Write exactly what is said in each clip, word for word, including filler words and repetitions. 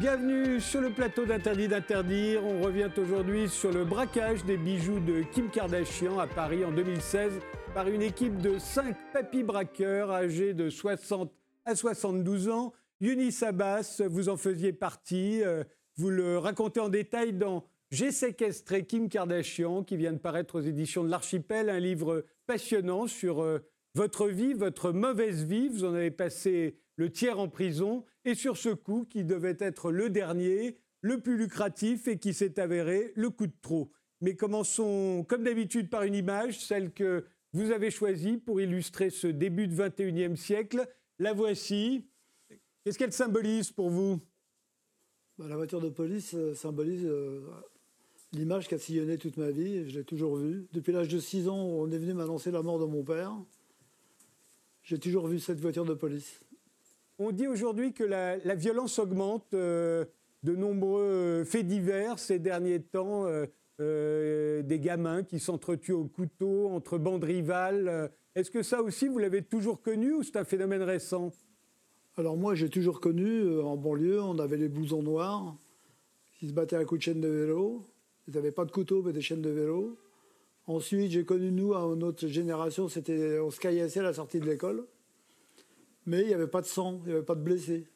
Bienvenue sur le plateau d'Interdit d'interdire. On revient aujourd'hui sur le braquage des bijoux de Kim Kardashian à Paris en deux mille seize par une équipe de cinq papis braqueurs âgés de soixante à soixante-douze ans. Younis Abbas, vous en faisiez partie. Vous le racontez en détail dans « J'ai séquestré Kim Kardashian » qui vient de paraître aux éditions de l'Archipel, un livre passionnant sur votre vie, votre mauvaise vie. Vous en avez passé le tiers en prison, et sur ce coup qui devait être le dernier, le plus lucratif et qui s'est avéré le coup de trop. Mais commençons comme d'habitude par une image, celle que vous avez choisie pour illustrer ce début de vingt et unième siècle. La voici. Qu'est-ce qu'elle symbolise pour vous ? Bah, la voiture de police euh, symbolise euh, l'image qui a sillonné toute ma vie, je l'ai toujours vue. Depuis l'âge de six ans, on est venu m'annoncer la mort de mon père. J'ai toujours vu cette voiture de police. On dit aujourd'hui que la, la violence augmente, euh, de nombreux faits divers ces derniers temps, euh, euh, des gamins qui s'entretuent au couteau entre bandes rivales. Est-ce que ça aussi, vous l'avez toujours connu ou c'est un phénomène récent ? Alors moi, j'ai toujours connu, euh, en banlieue, on avait les blousons noirs qui se battaient à coups de chaîne de vélo. Ils n'avaient pas de couteau, mais des chaînes de vélo. Ensuite, j'ai connu, nous, à notre génération, c'était, on se caillassait à la sortie de l'école. Mais il n'y avait pas de sang, il n'y avait pas de blessés.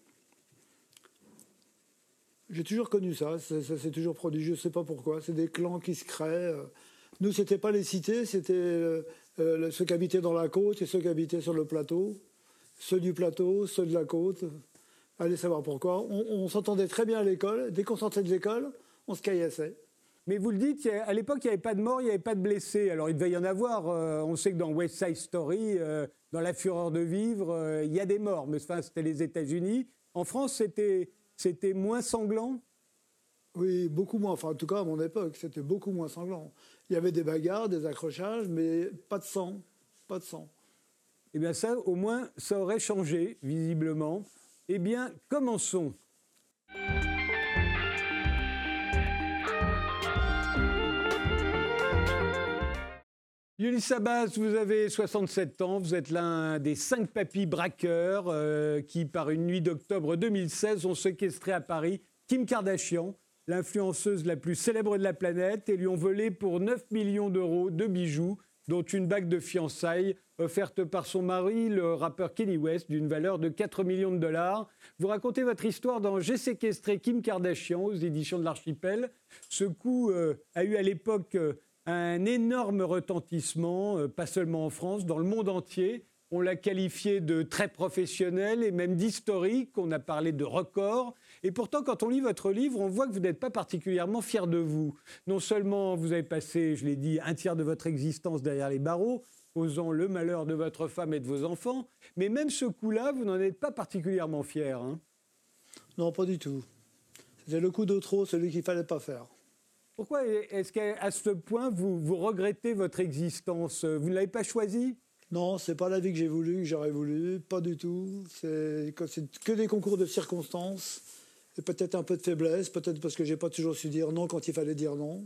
J'ai toujours connu ça, ça s'est toujours produit, je ne sais pas pourquoi. C'est des clans qui se créent. Nous, ce n'était pas les cités, c'était euh, ceux qui habitaient dans la côte et ceux qui habitaient sur le plateau. Ceux du plateau, ceux de la côte. Allez savoir pourquoi. On, on s'entendait très bien à l'école. Dès qu'on sortait de l'école, on se caillassait. Mais vous le dites, à l'époque, il n'y avait pas de morts, il n'y avait pas de blessés. Alors, il devait y en avoir. Euh, on sait que dans West Side Story, euh, dans La Fureur de vivre, euh, il y a des morts. Mais enfin, c'était les États-Unis. En France, c'était, c'était moins sanglant ? Oui, beaucoup moins. Enfin, en tout cas, à mon époque, c'était beaucoup moins sanglant. Il y avait des bagarres, des accrochages, mais pas de sang. Pas de sang. Eh bien, ça, au moins, ça aurait changé, visiblement. Eh bien, commençons. Younis Abbas, vous avez soixante-sept ans, vous êtes l'un des cinq papis braqueurs euh, qui, par une nuit d'octobre deux mille seize, ont séquestré à Paris Kim Kardashian, l'influenceuse la plus célèbre de la planète, et lui ont volé pour neuf millions d'euros de bijoux, dont une bague de fiançailles offerte par son mari, le rappeur Kanye West, d'une valeur de quatre millions de dollars. Vous racontez votre histoire dans « J'ai séquestré Kim Kardashian » aux éditions de l'Archipel. Ce coup euh, a eu à l'époque... Euh, un énorme retentissement, euh, pas seulement en France, dans le monde entier. On l'a qualifié de très professionnel et même d'historique. On a parlé de record. Et pourtant, quand on lit votre livre, on voit que vous n'êtes pas particulièrement fier de vous. Non seulement vous avez passé, je l'ai dit, un tiers de votre existence derrière les barreaux, causant le malheur de votre femme et de vos enfants, mais même ce coup-là, vous n'en êtes pas particulièrement fier. Hein ? Non, pas du tout. C'était le coup de trop, celui qu'il ne fallait pas faire. Pourquoi est-ce qu'à ce point, vous, vous regrettez votre existence ? Vous ne l'avez pas choisie ? Non, c'est pas la vie que j'ai voulu, que j'aurais voulu, pas du tout. C'est, c'est que des concours de circonstances, et peut-être un peu de faiblesse, peut-être parce que j'ai pas toujours su dire non quand il fallait dire non.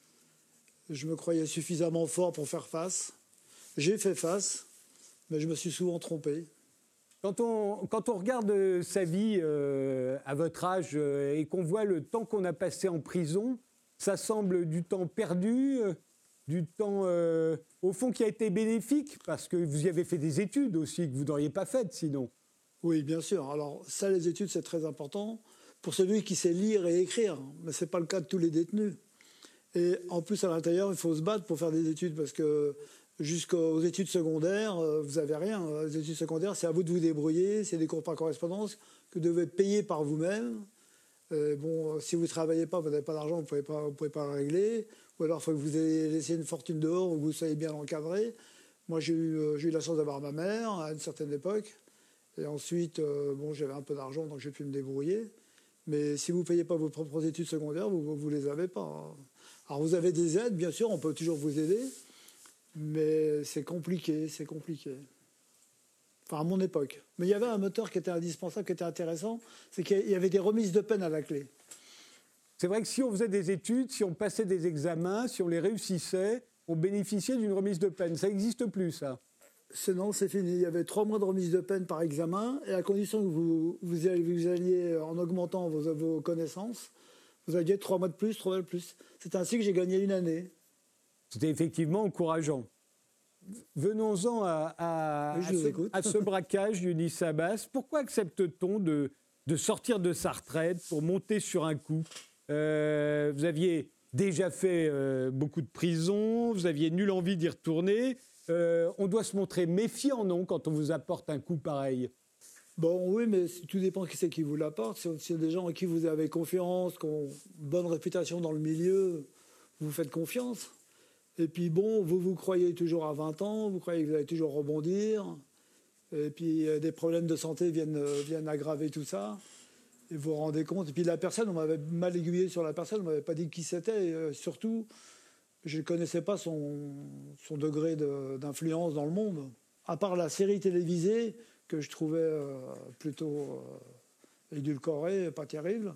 Je me croyais suffisamment fort pour faire face. J'ai fait face, mais je me suis souvent trompé. Quand on, quand on regarde sa vie euh, à votre âge euh, et qu'on voit le temps qu'on a passé en prison, ça semble du temps perdu, euh, du temps, euh, au fond, qui a été bénéfique, parce que vous y avez fait des études aussi, que vous n'auriez pas faites sinon. Oui, bien sûr. Alors, ça, les études, c'est très important pour celui qui sait lire et écrire. Mais ce n'est pas le cas de tous les détenus. Et en plus, à l'intérieur, il faut se battre pour faire des études, parce que jusqu'aux études secondaires, vous n'avez rien. Les études secondaires, c'est à vous de vous débrouiller, c'est des cours par correspondance que vous devez payer par vous-même. Euh, bon, si vous ne travaillez pas, vous n'avez pas d'argent, vous ne pouvez pas, vous pouvez pas le régler. Ou alors, il faut que vous ayez laissé une fortune dehors ou que vous soyez bien encadré. Moi, j'ai eu, euh, j'ai eu la chance d'avoir ma mère à une certaine époque. Et ensuite, euh, bon, j'avais un peu d'argent, donc j'ai pu me débrouiller. Mais si vous ne payez pas vos propres études secondaires, vous ne les avez pas. Alors, vous avez des aides, bien sûr, on peut toujours vous aider. Mais c'est compliqué, c'est compliqué. Enfin, à mon époque. Mais il y avait un moteur qui était indispensable, qui était intéressant, c'est qu'il y avait des remises de peine à la clé. C'est vrai que si on faisait des études, si on passait des examens, si on les réussissait, on bénéficiait d'une remise de peine. Ça n'existe plus, ça ? C'est non, c'est fini. Il y avait trois mois de remise de peine par examen, et à condition que vous, vous, alliez, vous alliez, en augmentant vos, vos connaissances, vous aviez trois mois de plus, trois mois de plus. C'est ainsi que j'ai gagné une année. C'était effectivement encourageant. Venons-en à, à, oui, à, ce, à ce braquage d'Younous Abbas. Pourquoi accepte-t-on de, de sortir de sa retraite pour monter sur un coup ? euh, Vous aviez déjà fait euh, beaucoup de prison, vous aviez nulle envie d'y retourner. Euh, on doit se montrer méfiant, non, quand on vous apporte un coup pareil ? Bon, oui, mais tout dépend qui c'est qui vous l'apporte. Si c'est des gens en qui vous avez confiance, qui ont une bonne réputation dans le milieu, vous faites confiance. Et puis bon, vous vous croyez toujours à vingt ans, vous croyez que vous allez toujours rebondir. Et puis euh, des problèmes de santé viennent, euh, viennent aggraver tout ça. Et vous vous rendez compte. Et puis la personne, on m'avait mal aiguillé sur la personne, on m'avait pas dit qui c'était. Et, euh, surtout, je ne connaissais pas son, son degré de, d'influence dans le monde. À part la série télévisée, que je trouvais euh, plutôt euh, édulcorée, pas terrible,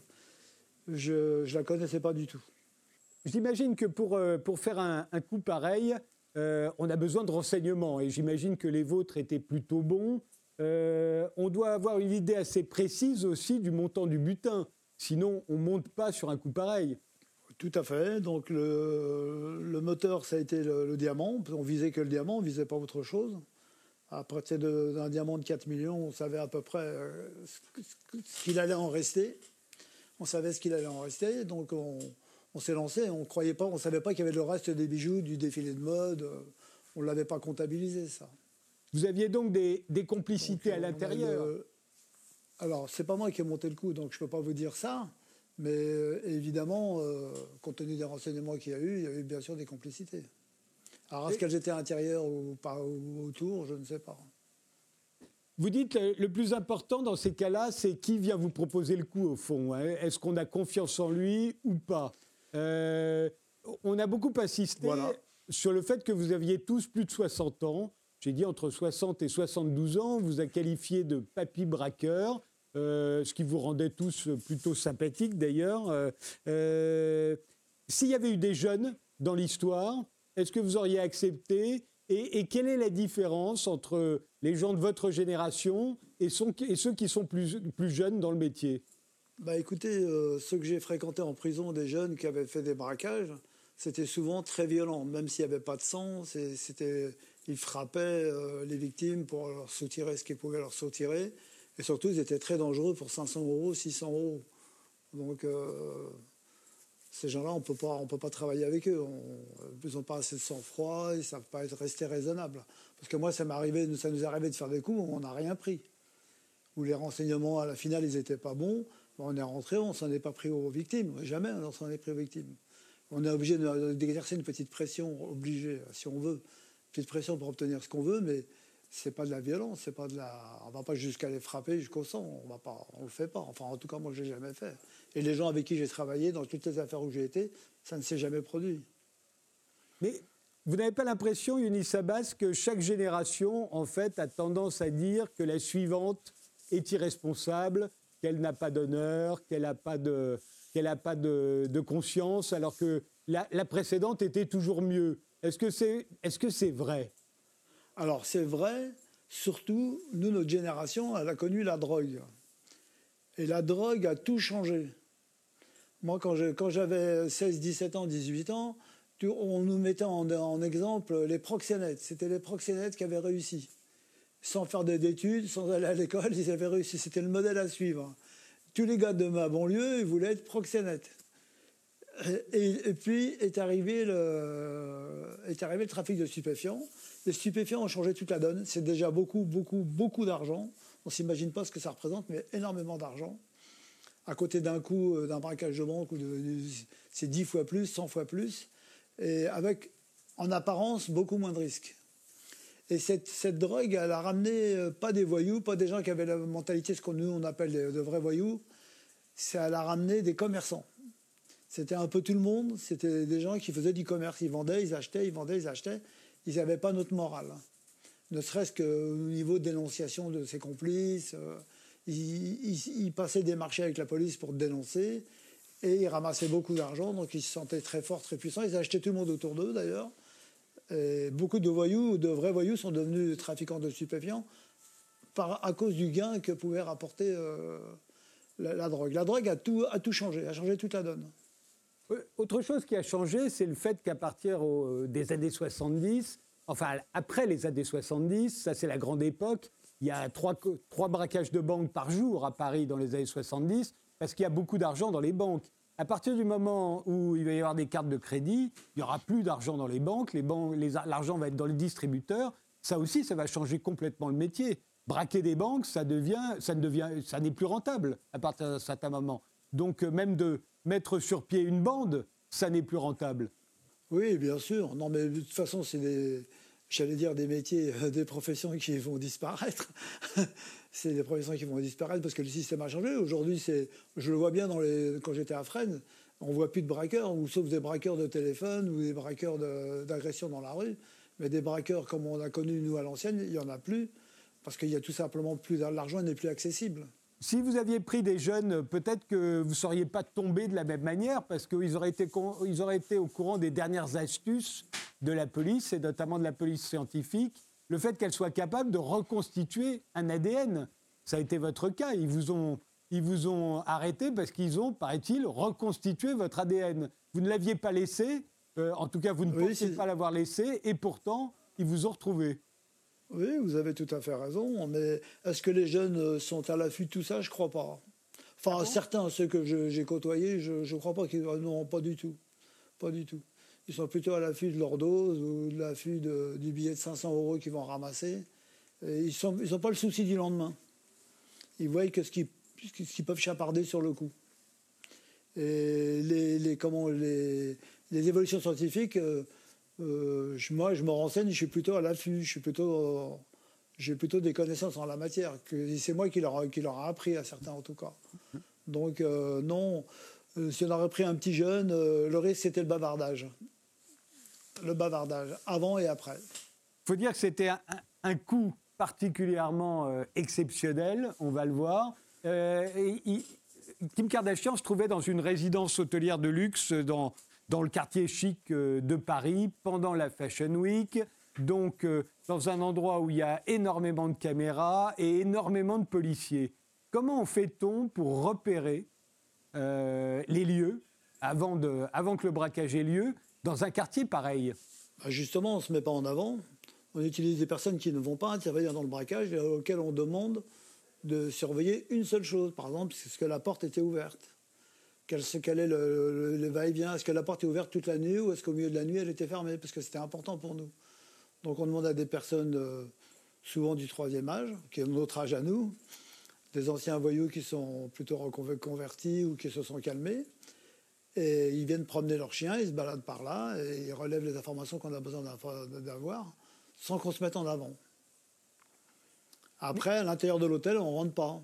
je ne la connaissais pas du tout. J'imagine que pour, euh, pour faire un, un coup pareil, euh, on a besoin de renseignements. Et j'imagine que les vôtres étaient plutôt bons. Euh, on doit avoir une idée assez précise aussi du montant du butin. Sinon, on ne monte pas sur un coup pareil. Tout à fait. Donc le, le moteur, ça a été le, le diamant. On visait que le diamant, on ne visait pas autre chose. À partir de, d'un diamant de quatre millions, on savait à peu près euh, ce, ce qu'il allait en rester. On savait ce qu'il allait en rester. Donc on... On s'est lancé, on croyait pas, on savait pas qu'il y avait le reste des bijoux du défilé de mode. On l'avait pas comptabilisé, ça. Vous aviez donc des, des complicités donc, à l'intérieur. Le... Alors, c'est pas moi qui ai monté le coup, donc je peux pas vous dire ça. Mais euh, évidemment, euh, compte tenu des renseignements qu'il y a eu, il y a eu bien sûr des complicités. Alors, est-ce Et... qu'elles étaient à l'intérieur ou, pas, ou autour, je ne sais pas. Vous dites que le plus important dans ces cas-là, c'est qui vient vous proposer le coup, au fond. Hein. Est-ce qu'on a confiance en lui ou pas ? Euh, on a beaucoup insisté voilà. sur le fait que vous aviez tous plus de soixante ans. J'ai dit entre soixante et soixante-douze ans. On vous a qualifié de papy braqueur, euh, ce qui vous rendait tous plutôt sympathiques d'ailleurs. Euh, euh, s'il y avait eu des jeunes dans l'histoire, est-ce que vous auriez accepté ? et, et quelle est la différence entre les gens de votre génération et, son, et ceux qui sont plus, plus jeunes dans le métier ? Bah écoutez, euh, ceux que j'ai fréquentés en prison, des jeunes qui avaient fait des braquages, c'était souvent très violent, même s'il n'y avait pas de sang. C'est, c'était, ils frappaient euh, les victimes pour leur soutirer ce qu'ils pouvaient leur soutirer. Et surtout, ils étaient très dangereux pour cinq cents euros, six cents euros. Donc, euh, ces gens-là, on peut pas, on peut pas travailler avec eux. On, ils n'ont pas assez de sang-froid, ils ne savent pas être restés raisonnables. Parce que moi, ça m'est arrivé, ça nous est arrivé de faire des coups où on n'a rien pris. Où les renseignements, à la finale, ils n'étaient pas bons. On est rentré, on ne s'en est pas pris aux victimes. Jamais on s'en est pris aux victimes. On est obligé d'exercer une petite pression, obligé, si on veut. Une petite pression pour obtenir ce qu'on veut, mais ce n'est pas de la violence. C'est pas de la... On ne va pas jusqu'à les frapper jusqu'au sang. On ne le fait pas. Enfin, en tout cas, moi, je ne l'ai jamais fait. Et les gens avec qui j'ai travaillé, dans toutes les affaires où j'ai été, ça ne s'est jamais produit. Mais vous n'avez pas l'impression, Younous Abbas, que chaque génération, en fait, a tendance à dire que la suivante est irresponsable, qu'elle n'a pas d'honneur, qu'elle n'a pas de, qu'elle n'a pas de, de conscience, alors que la, la précédente était toujours mieux. Est-ce que c'est, est-ce que c'est vrai ? Alors, c'est vrai, surtout, nous, notre génération, elle a connu la drogue. Et la drogue a tout changé. Moi, quand, je, quand j'avais seize, dix-sept ans, dix-huit ans, on nous mettait en, en exemple les proxénètes. C'était les proxénètes qui avaient réussi. Sans faire d'études, sans aller à l'école, ils avaient réussi. C'était le modèle à suivre. Tous les gars de ma banlieue, ils voulaient être proxénètes. Et, et puis est arrivé, le, est arrivé le trafic de stupéfiants. Les stupéfiants ont changé toute la donne. C'est déjà beaucoup, beaucoup, beaucoup d'argent. On ne s'imagine pas ce que ça représente, mais énormément d'argent. À côté d'un coût, d'un braquage de banque, c'est dix fois plus, cent fois plus. Et avec, en apparence, beaucoup moins de risques. Et cette, cette drogue, elle a ramené euh, pas des voyous, pas des gens qui avaient la mentalité, ce qu'on nous on appelle de, de vrais voyous, ça, elle a ramené des commerçants. C'était un peu tout le monde, c'était des gens qui faisaient du commerce. Ils vendaient, ils achetaient, ils vendaient, ils achetaient. Ils n'avaient pas notre morale. Ne serait-ce qu'au niveau de dénonciation de ses complices. Euh, ils, ils, ils passaient des marchés avec la police pour dénoncer. Et ils ramassaient beaucoup d'argent, donc ils se sentaient très forts, très puissants. Ils achetaient tout le monde autour d'eux, d'ailleurs. Et beaucoup de voyous, de vrais voyous, sont devenus trafiquants de stupéfiants par, à cause du gain que pouvait rapporter euh, la, la drogue. La drogue a tout, a tout changé, a changé toute la donne. Autre chose qui a changé, c'est le fait qu'à partir au, des années soixante-dix, enfin après les années soixante-dix, ça c'est la grande époque, il y a trois, trois braquages de banques par jour à Paris dans les années soixante-dix, parce qu'il y a beaucoup d'argent dans les banques. À partir du moment où il va y avoir des cartes de crédit, il n'y aura plus d'argent dans les banques, les banques les, l'argent va être dans les distributeurs. Ça aussi, ça va changer complètement le métier. Braquer des banques, ça, devient, ça, ne devient, ça n'est plus rentable à partir d'un certain moment. Donc même de mettre sur pied une bande, ça n'est plus rentable. Oui, bien sûr. Non, mais de toute façon, c'est des, j'allais dire des métiers, des professions qui vont disparaître. C'est des professions qui vont disparaître parce que le système a changé. Aujourd'hui, c'est, je le vois bien dans les, quand j'étais à Fresnes, on ne voit plus de braqueurs, ou sauf des braqueurs de téléphone ou des braqueurs de, d'agression dans la rue. Mais des braqueurs comme on a connu nous à l'ancienne, il n'y en a plus parce qu'il y a tout simplement plus l'argent n'est plus accessible. Si vous aviez pris des jeunes, peut-être que vous ne seriez pas tombés de la même manière parce qu'ils auraient été, ils auraient été au courant des dernières astuces de la police, et notamment de la police scientifique. Le fait qu'elle soit capable de reconstituer un A D N. Ça a été votre cas. Ils vous ont, ils vous ont arrêté parce qu'ils ont, paraît-il, reconstitué votre A D N. Vous ne l'aviez pas laissé, euh, en tout cas vous ne oui, pensiez c'est... pas l'avoir laissé, et pourtant, ils vous ont retrouvé. Oui, vous avez tout à fait raison, mais est-ce que les jeunes sont à l'affût de tout ça? Je ne crois pas. Enfin, ah bon certains, ceux que je, j'ai côtoyés, je ne crois pas qu'ils... Non, pas du tout. Pas du tout. Ils sont plutôt à l'affût de leur dose ou de l'affût de, du billet de cinq cents euros qu'ils vont ramasser. Et ils n'ont sont, ils pas le souci du lendemain. Ils voient que ce qu'ils, ce qu'ils peuvent chaparder sur le coup. Et les, les, comment, les, les évolutions scientifiques... Euh, Euh, je, moi, je me renseigne, je suis plutôt à l'affût, je suis plutôt, euh, j'ai plutôt des connaissances en la matière. Que c'est moi qui leur, qui leur a appris à certains en tout cas. Donc euh, non, euh, si on aurait pris un petit jeune, euh, le risque c'était le bavardage, le bavardage avant et après. Il faut dire que c'était un, un coup particulièrement euh, exceptionnel, on va le voir. Euh, et, il, Kim Kardashian se trouvait dans une résidence hôtelière de luxe dans dans le quartier chic de Paris, pendant la Fashion Week, donc euh, dans un endroit où il y a énormément de caméras et énormément de policiers. Comment fait-on pour repérer euh, les lieux avant, de, avant que le braquage ait lieu dans un quartier pareil? Justement, on ne se met pas en avant. On utilise des personnes qui ne vont pas intervenir dans le braquage et auxquelles on demande de surveiller une seule chose. Par exemple, est-ce que la porte était ouverte? Quel, quel est le, le, le va-et-vient? Est-ce que la porte est ouverte toute la nuit ou est-ce qu'au milieu de la nuit, elle était fermée? Parce que c'était important pour nous. Donc on demande à des personnes, euh, souvent du troisième âge, qui ont notre âge à nous, des anciens voyous qui sont plutôt reconvertis ou qui se sont calmés. Et ils viennent promener leurs chiens, ils se baladent par là et ils relèvent les informations qu'on a besoin d'avoir sans qu'on se mette en avant. Après, à l'intérieur de l'hôtel, on ne rentre pas.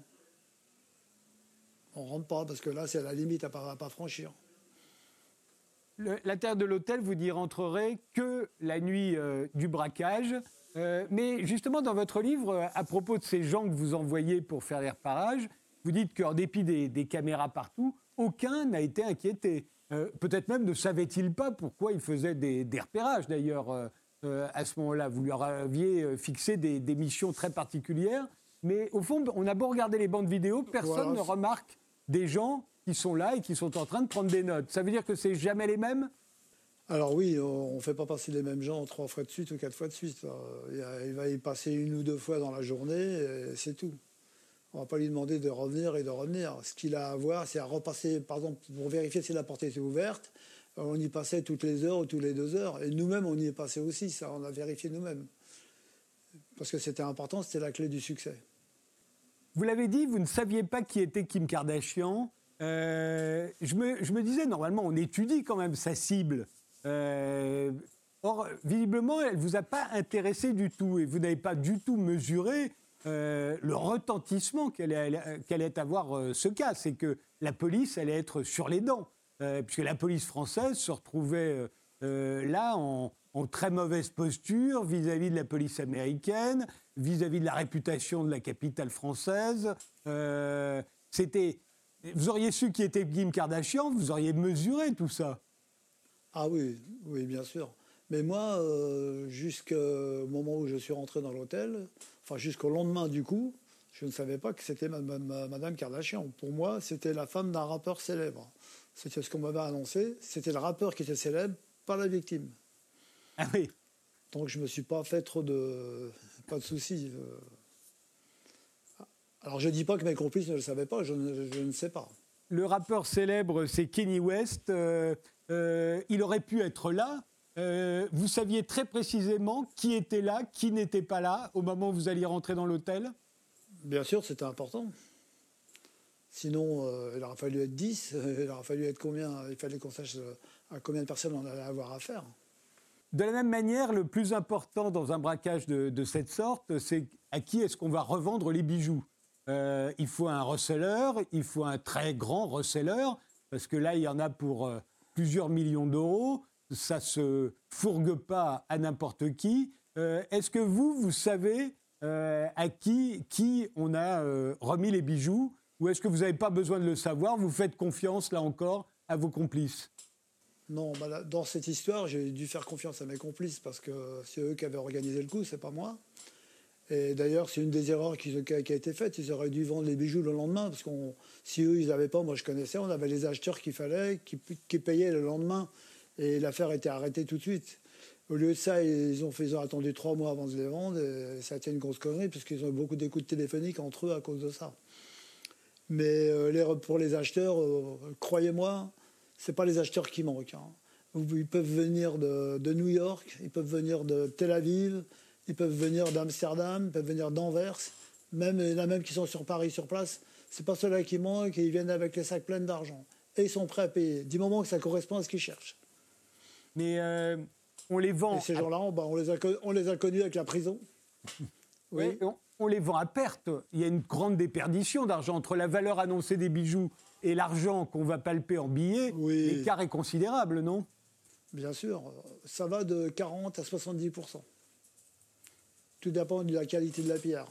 On ne rentre pas, parce que là, c'est à la limite à ne pas, pas franchir. Le, l'intérieur de l'hôtel, vous n'y rentrerez que la nuit euh, du braquage. Euh, mais justement, dans votre livre, à propos de ces gens que vous envoyez pour faire les reparages, vous dites qu'en dépit des, des caméras partout, aucun n'a été inquiété. Euh, peut-être même ne savait-il pas pourquoi il faisait des, des repérages, d'ailleurs, euh, euh, à ce moment-là. Vous leur aviez fixé des, des missions très particulières. Mais au fond, on a beau regarder les bandes vidéo, personne voilà. ne remarque des gens qui sont là et qui sont en train de prendre des notes. Ça veut dire que c'est jamais les mêmes? Alors oui, on ne fait pas passer les mêmes gens trois fois de suite ou quatre fois de suite. Il va y passer une ou deux fois dans la journée et c'est tout. On ne va pas lui demander de revenir et de revenir. Ce qu'il a à voir, c'est à repasser, par exemple, pour vérifier si la porte était ouverte. On y passait toutes les heures ou toutes les deux heures. Et nous-mêmes, on y est passé aussi, ça, on a vérifié nous-mêmes. Parce que c'était important, c'était la clé du succès. Vous l'avez dit, vous ne saviez pas qui était Kim Kardashian. Euh, je, me, je me disais, normalement, on étudie quand même sa cible. Euh, or, visiblement, elle ne vous a pas intéressé du tout. Et vous n'avez pas du tout mesuré euh, le retentissement qu'allait, qu'allait avoir euh, ce cas. C'est que la police allait être sur les dents. Euh, puisque la police française se retrouvait euh, là en... en très mauvaise posture vis-à-vis de la police américaine, vis-à-vis de la réputation de la capitale française. Euh, c'était... Vous auriez su qui était Kim Kardashian, vous auriez mesuré tout ça. Ah oui, oui, bien sûr. Mais moi, euh, jusqu'au moment où je suis rentré dans l'hôtel, enfin jusqu'au lendemain du coup, je ne savais pas que c'était ma, ma, ma, Madame Kardashian. Pour moi, c'était la femme d'un rappeur célèbre. C'était ce qu'on m'avait annoncé. C'était le rappeur qui était célèbre, pas la victime. Ah oui. Donc je ne me suis pas fait trop de... pas de soucis. Alors je ne dis pas que mes complices ne le savaient pas, je ne, je ne sais pas. Le rappeur célèbre, c'est Kanye West. Euh, euh, il aurait pu être là. Euh, vous saviez très précisément qui était là, qui n'était pas là, au moment où vous alliez rentrer dans l'hôtel ? Bien sûr, c'était important. Sinon, euh, il aurait fallu être dix, il aurait fallu être combien ? Il fallait qu'on sache à combien de personnes on allait avoir affaire. De la même manière, le plus important dans un braquage de, de cette sorte, c'est à qui est-ce qu'on va revendre les bijoux ? euh, Il faut un reseller, il faut un très grand reseller, parce que là, il y en a pour euh, plusieurs millions d'euros. Ça ne se fourgue pas à n'importe qui. Euh, est-ce que vous, vous savez euh, à qui, qui on a euh, remis les bijoux ? Ou est-ce que vous n'avez pas besoin de le savoir ? Vous faites confiance, là encore, à vos complices ? Non, bah là, dans cette histoire, j'ai dû faire confiance à mes complices parce que c'est eux qui avaient organisé le coup, c'est pas moi. Et d'ailleurs, c'est une des erreurs qui, qui a été faite. Ils auraient dû vendre les bijoux le lendemain parce que si eux, ils n'avaient pas, moi je connaissais, on avait les acheteurs qu'il fallait, qui, qui payaient le lendemain. Et l'affaire était arrêtée tout de suite. Au lieu de ça, ils ont, fait, ils ont attendu trois mois avant de les vendre. Et ça a été une grosse connerie puisqu'ils ont eu beaucoup d'écoutes téléphoniques entre eux à cause de ça. Mais euh, les, pour les acheteurs, euh, croyez-moi, c'est pas les acheteurs qui manquent. Hein. Ils peuvent venir de, de New York, ils peuvent venir de Tel Aviv, ils peuvent venir d'Amsterdam, ils peuvent venir d'Anvers. Même, il y en a même qui sont sur Paris, sur place. C'est pas ceux-là qui manquent et ils viennent avec les sacs pleins d'argent. Et ils sont prêts à payer, du moment que ça correspond à ce qu'ils cherchent. Mais euh, on les vend... Et ces gens-là, on, bah, on, les a, on les a connus avec la prison. Oui. On, on les vend à perte. Il y a une grande déperdition d'argent entre la valeur annoncée des bijoux et l'argent qu'on va palper en billets. Oui. L'écart est considérable, non ? Bien sûr. Ça va de quarante à soixante-dix pour cent. Tout dépend de la qualité de la pierre.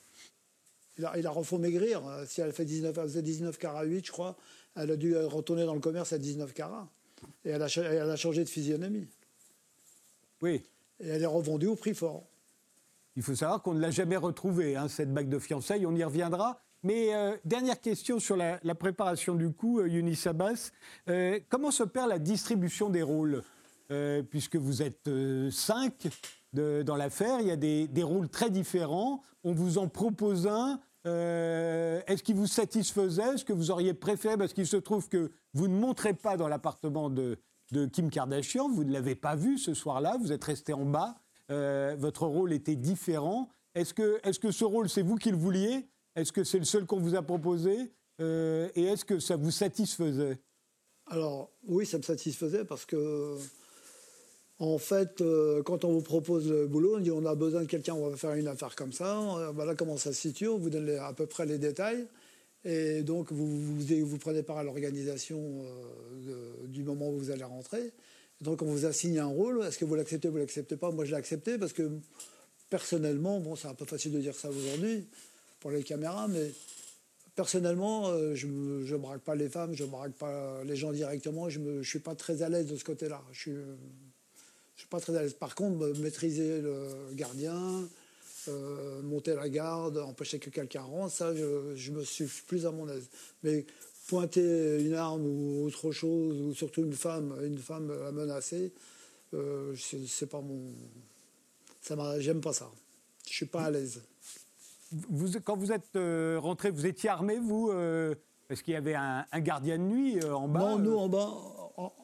Il a, il a refait maigrir. Si elle fait dix-neuf, elle faisait dix-neuf carats huit, je crois, elle a dû retourner dans le commerce à dix-neuf carats. Et elle a, elle a changé de physionomie. Oui. Et elle est revendue au prix fort. Il faut savoir qu'on ne l'a jamais retrouvée, hein, cette bague de fiançailles. On y reviendra. Mais euh, dernière question sur la, la préparation du coup, euh, Younis Abbas. Euh, comment s'opère la distribution des rôles ? euh, Puisque vous êtes euh, cinq de, dans l'affaire, il y a des, des rôles très différents. On vous en propose un. Euh, est-ce qu'il vous satisfaisait ? Est-ce que vous auriez préféré ? Parce qu'il se trouve que vous ne montrez pas dans l'appartement de, de Kim Kardashian. Vous ne l'avez pas vu ce soir-là. Vous êtes resté en bas. Euh, votre rôle était différent. Est-ce que, est-ce que ce rôle, c'est vous qui le vouliez ? Est-ce que c'est le seul qu'on vous a proposé ? euh, Et est-ce que ça vous satisfaisait ? Alors, oui, ça me satisfaisait parce que, en fait, euh, quand on vous propose le boulot, on dit on a besoin de quelqu'un, on va faire une affaire comme ça. Euh, voilà comment ça se situe, on vous donne les, à peu près les détails. Et donc, vous, vous, vous prenez part à l'organisation euh, de, du moment où vous allez rentrer. Et donc, on vous assigne un rôle. Est-ce que vous l'acceptez ou vous ne l'acceptez pas ? Moi, je l'ai accepté parce que, personnellement, bon, c'est un peu facile de dire ça aujourd'hui pour les caméras, mais personnellement, euh, je ne braque pas les femmes, je ne braque pas les gens directement, je ne suis pas très à l'aise de ce côté-là. Je ne suis, je suis pas très à l'aise. Par contre, maîtriser le gardien, euh, monter la garde, empêcher que quelqu'un rentre, ça, je, je me suis plus à mon aise. Mais pointer une arme ou autre chose, ou surtout une femme, une femme à menacer, euh, c'est, c'est pas mon... Ça m'a, j'aime pas ça. Je suis pas à l'aise. Vous, quand vous êtes euh, rentré, vous étiez armé, vous euh, parce qu'il y avait un, un gardien de nuit euh, en bas. Non, nous en bas, en,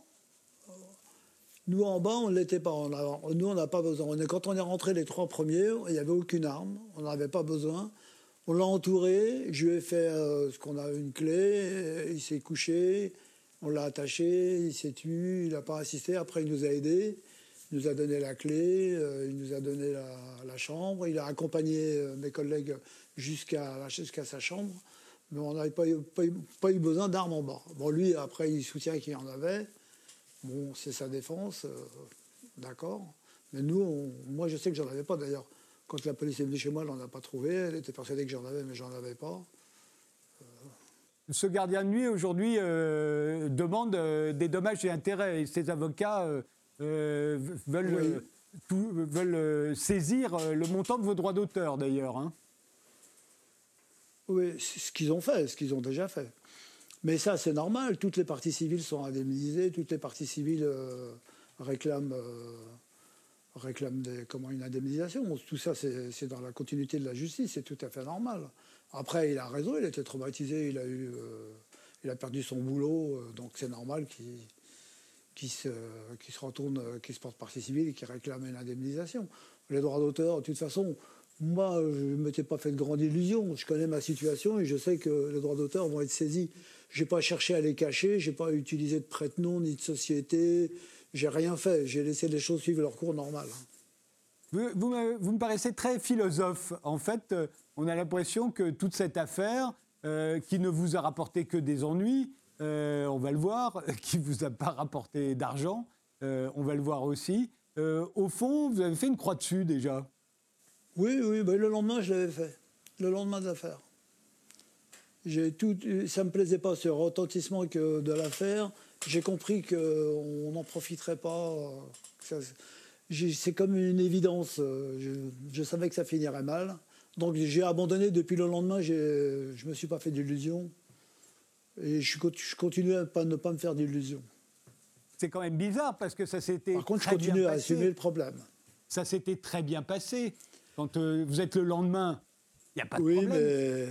nous en bas, on ne l'était pas. On a, nous, on n'a pas besoin. On est, quand on est rentré les trois premiers, il n'y avait aucune arme. On n'en avait pas besoin. On l'a entouré. Je lui ai fait euh, ce qu'on a une clé. Il s'est couché. On l'a attaché. Il s'est tué. Il n'a pas assisté. Après, il nous a aidés. Il nous a donné la clé, euh, il nous a donné la, la chambre, il a accompagné euh, mes collègues jusqu'à, jusqu'à sa chambre, mais on n'avait pas, pas, pas eu besoin d'armes en bas. Bon, lui, après, il soutient qu'il y en avait. Bon, c'est sa défense, euh, d'accord. Mais nous, on, moi, je sais que j'en avais pas, d'ailleurs. Quand la police est venue chez moi, elle n'en a pas trouvé. Elle était persuadée que j'en avais, mais j'en avais pas. Euh... Ce gardien de nuit, aujourd'hui, euh, demande euh, des dommages et intérêts. Et ses avocats... Euh... euh, veulent, Oui. euh, tout, veulent euh, saisir euh, le montant de vos droits d'auteur, d'ailleurs. Hein. Oui, c'est ce qu'ils ont fait, ce qu'ils ont déjà fait. Mais ça, c'est normal. Toutes les parties civiles sont indemnisées, toutes les parties civiles euh, réclament, euh, réclament des, comment, une indemnisation. Tout ça, c'est, c'est dans la continuité de la justice, c'est tout à fait normal. Après, il a raison, il a été traumatisé, il a, eu, euh, il a perdu son boulot, euh, donc c'est normal qu'il, qu'il, se, qu'il se retourne, qu'il se porte partie civile et qu'il réclame une indemnisation. Les droits d'auteur, de toute façon, moi, je ne m'étais pas fait de grandes illusions. Je connais ma situation et je sais que les droits d'auteur vont être saisis. Je n'ai pas cherché à les cacher, je n'ai pas utilisé de prête-nom ni de société. J'ai rien fait. J'ai laissé les choses suivre leur cours normal. Vous, vous, me, vous me paraissez très philosophe. En fait, euh, on a l'impression que toute cette affaire, euh, qui ne vous a rapporté que des ennuis, euh, on va le voir, qui ne vous a pas rapporté d'argent, euh, on va le voir aussi. Euh, au fond, vous avez fait une croix dessus déjà. Oui, oui, ben le lendemain, je l'avais fait. Le lendemain de l'affaire. J'ai tout, ça ne me plaisait pas ce retentissement que de l'affaire. J'ai compris qu'on n'en profiterait pas. Ça, c'est comme une évidence. Je, je savais que ça finirait mal. Donc j'ai abandonné depuis le lendemain. Je ne me suis pas fait d'illusions. Et je, je continue à pas, ne pas me faire d'illusions. C'est quand même bizarre parce que ça s'était Par contre, très je continue bien à passé. assumer le problème. Ça s'était très bien passé. Quand euh, vous êtes le lendemain, il n'y a pas de oui, problème. Oui, mais...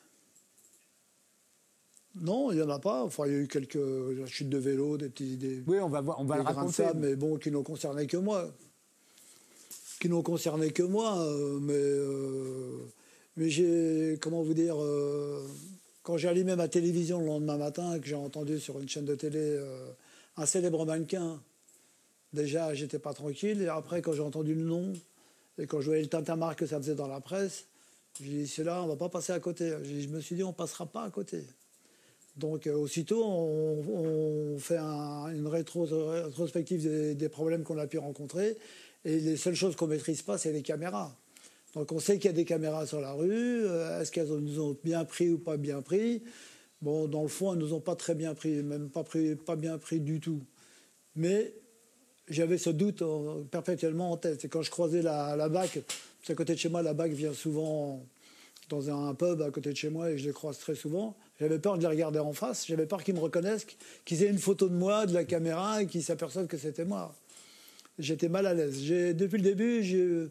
Non, il n'y en a pas. Enfin, il y a eu quelques chutes de vélo, des petits... Des, oui, on va, voir, on va le raconter. Sable, mais bon, qui n'ont concerné que moi. Qui n'ont concerné que moi. Euh, mais euh, mais j'ai... Comment vous dire euh, quand j'ai allumé ma télévision le lendemain matin, que j'ai entendu sur une chaîne de télé euh, un célèbre mannequin, déjà, j'étais pas tranquille. Et après, quand j'ai entendu le nom, et quand je voyais le tintamarre que ça faisait dans la presse, j'ai dit, c'est là, on va pas passer à côté. Je me suis dit, on passera pas à côté. Donc, euh, aussitôt, on, on fait un, une rétro, rétrospective des, des problèmes qu'on a pu rencontrer. Et les seules choses qu'on ne maîtrise pas, c'est les caméras. Donc, on sait qu'il y a des caméras sur la rue. Euh, est-ce qu'elles nous ont bien pris ou pas bien pris? Bon, dans le fond, elles ne nous ont pas très bien pris, même pas, pris, pas bien pris du tout. Mais j'avais ce doute en, perpétuellement en tête. Et quand je croisais la, la B A C, parce qu'à côté de chez moi, la B A C vient souvent dans un pub à côté de chez moi et je les croise très souvent. J'avais peur de les regarder en face. J'avais peur qu'ils me reconnaissent, qu'ils aient une photo de moi, de la caméra et qu'ils s'aperçoivent que c'était moi. J'étais mal à l'aise. J'ai, depuis le début, j'ai,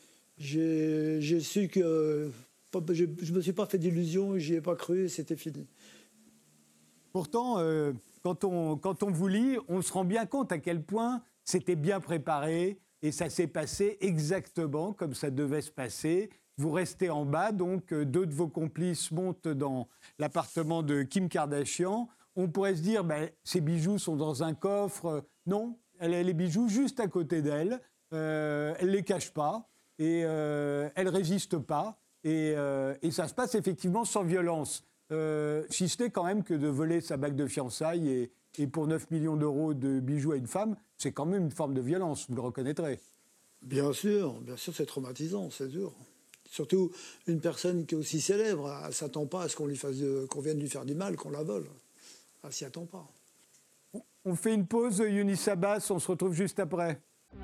j'ai, j'ai su que je ne me suis pas fait d'illusions, j'y ai pas cru et c'était fini. Pourtant, euh, quand, on, quand on vous lit, on se rend bien compte à quel point c'était bien préparé et ça s'est passé exactement comme ça devait se passer. Vous restez en bas, donc deux de vos complices montent dans l'appartement de Kim Kardashian. On pourrait se dire, ben, ces bijoux sont dans un coffre. Non, elle a les bijoux juste à côté d'elle. Euh, elle ne les cache pas et euh, elle ne résiste pas. Et, euh, et ça se passe effectivement sans violence. Euh, si ce n'est quand même que de voler sa bague de fiançailles et, et pour neuf millions d'euros de bijoux à une femme, c'est quand même une forme de violence, vous le reconnaîtrez. Bien sûr, bien sûr, c'est traumatisant, c'est dur. Surtout une personne qui est aussi célèbre, elle ne s'attend pas à ce qu'on, lui fasse de, qu'on vienne lui faire du mal, qu'on la vole. Elle ne s'y attend pas. On fait une pause, Younis Abbas, on se retrouve juste après.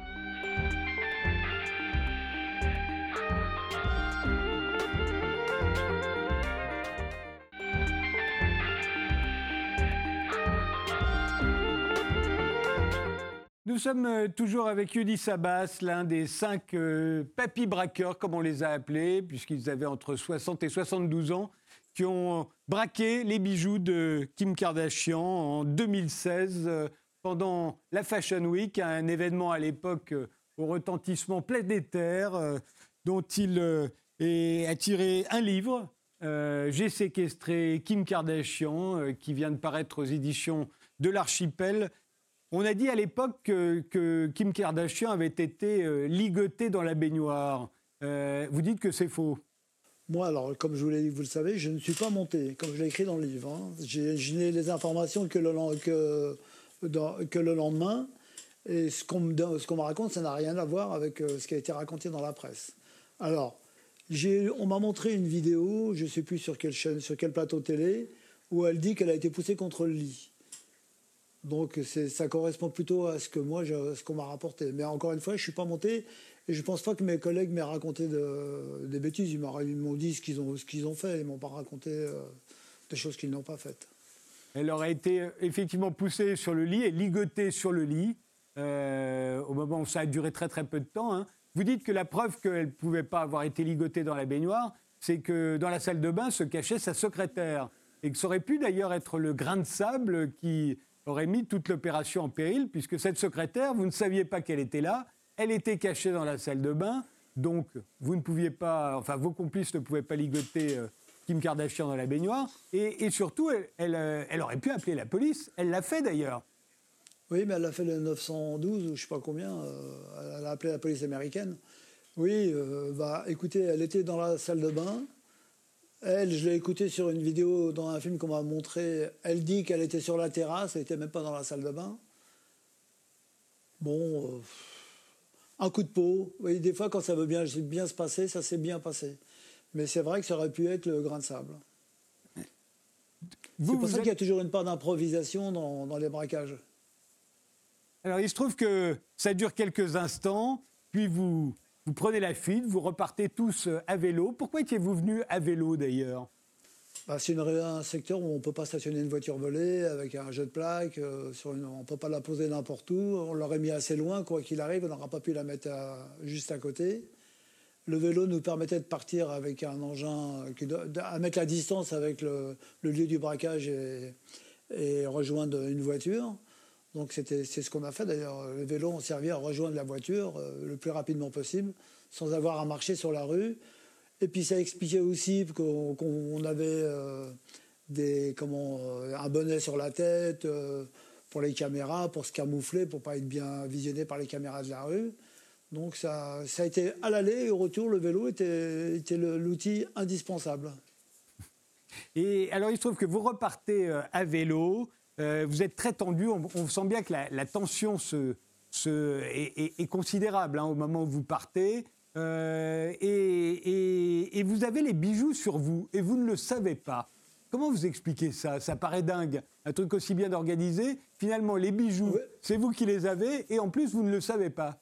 Nous sommes toujours avec Younis Abbas, l'un des cinq euh, papy braqueurs, comme on les a appelés, puisqu'ils avaient entre soixante et soixante-douze ans, qui ont braqué les bijoux de Kim Kardashian en deux mille seize, euh, pendant la Fashion Week, un événement à l'époque euh, au retentissement planétaire, euh, dont il euh, est, a tiré un livre, euh, J'ai séquestré Kim Kardashian, euh, qui vient de paraître aux éditions de l'Archipel. On a dit à l'époque que, que Kim Kardashian avait été euh, ligotée dans la baignoire. Euh, vous dites que c'est faux. Moi, alors, comme je vous l'ai dit, vous le savez, je ne suis pas monté, comme je l'ai écrit dans le livre. Hein. J'ai, je n'ai les informations que le, que, dans, que le lendemain. Et ce qu'on, me, ce qu'on me raconte, ça n'a rien à voir avec euh, ce qui a été raconté dans la presse. Alors, j'ai, on m'a montré une vidéo, je ne sais plus sur quelle chaîne, sur quel plateau télé, où elle dit qu'elle a été poussée contre le lit. Donc c'est, ça correspond plutôt à ce que moi, je, ce qu'on m'a rapporté. Mais encore une fois, je ne suis pas monté et je ne pense pas que mes collègues m'aient raconté de, des bêtises. Ils, ils m'ont dit ce qu'ils ont, ce qu'ils ont fait. Ils ne m'ont pas raconté euh, des choses qu'ils n'ont pas faites. Elle aurait été effectivement poussée sur le lit et ligotée sur le lit euh, au moment où ça a duré très très peu de temps. Hein. Vous dites que la preuve qu'elle ne pouvait pas avoir été ligotée dans la baignoire, c'est que dans la salle de bain se cachait sa secrétaire. Et que ça aurait pu d'ailleurs être le grain de sable qui aurait mis toute l'opération en péril, puisque cette secrétaire, vous ne saviez pas qu'elle était là, elle était cachée dans la salle de bain, donc vous ne pouviez pas, enfin vos complices ne pouvaient pas ligoter euh, Kim Kardashian dans la baignoire, et, et surtout, elle, elle, euh, elle aurait pu appeler la police, elle l'a fait d'ailleurs. Oui, mais elle a fait le neuf cent douze, ou je ne sais pas combien, euh, elle a appelé la police américaine. Oui, euh, bah écoutez, elle était dans la salle de bain. Elle, je l'ai écoutée sur une vidéo dans un film qu'on m'a montré. Elle dit qu'elle était sur la terrasse, elle n'était même pas dans la salle de bain. Bon, euh, un coup de peau. Oui, des fois, quand ça veut bien, bien se passer, ça s'est bien passé. Mais c'est vrai que ça aurait pu être le grain de sable. Vous, c'est pour ça êtes... qu'il y a toujours une part d'improvisation dans, dans les braquages. Alors, il se trouve que ça dure quelques instants, puis vous, vous prenez la fuite, vous repartez tous à vélo. Pourquoi étiez-vous venus à vélo, d'ailleurs ? Bah, c'est une, un secteur où on ne peut pas stationner une voiture volée avec un jeu de plaque. Euh, sur une, on ne peut pas la poser n'importe où. On l'aurait mis assez loin, quoi qu'il arrive. On n'aura pas pu la mettre à, juste à côté. Le vélo nous permettait de partir avec un engin, qui doit, à mettre la distance avec le, le lieu du braquage et, et rejoindre une voiture. Donc c'était, c'est ce qu'on a fait d'ailleurs. Le vélo, on servait à rejoindre la voiture euh, le plus rapidement possible, sans avoir à marcher sur la rue. Et puis ça expliquait aussi qu'on, qu'on avait euh, des, comment, euh, un bonnet sur la tête euh, pour les caméras, pour se camoufler, pour ne pas être bien visionné par les caméras de la rue. Donc ça, ça a été à l'aller et au retour, le vélo était, était le, l'outil indispensable. Et alors il se trouve que vous repartez à vélo, euh, vous êtes très tendu, on, on sent bien que la, la tension se, se, est, est, est considérable hein, au moment où vous partez. Euh, et, et, et vous avez les bijoux sur vous et vous ne le savez pas. Comment vous expliquez ça ? Ça paraît dingue, un truc aussi bien organisé. Finalement, les bijoux, ouais. C'est vous qui les avez et en plus, vous ne le savez pas.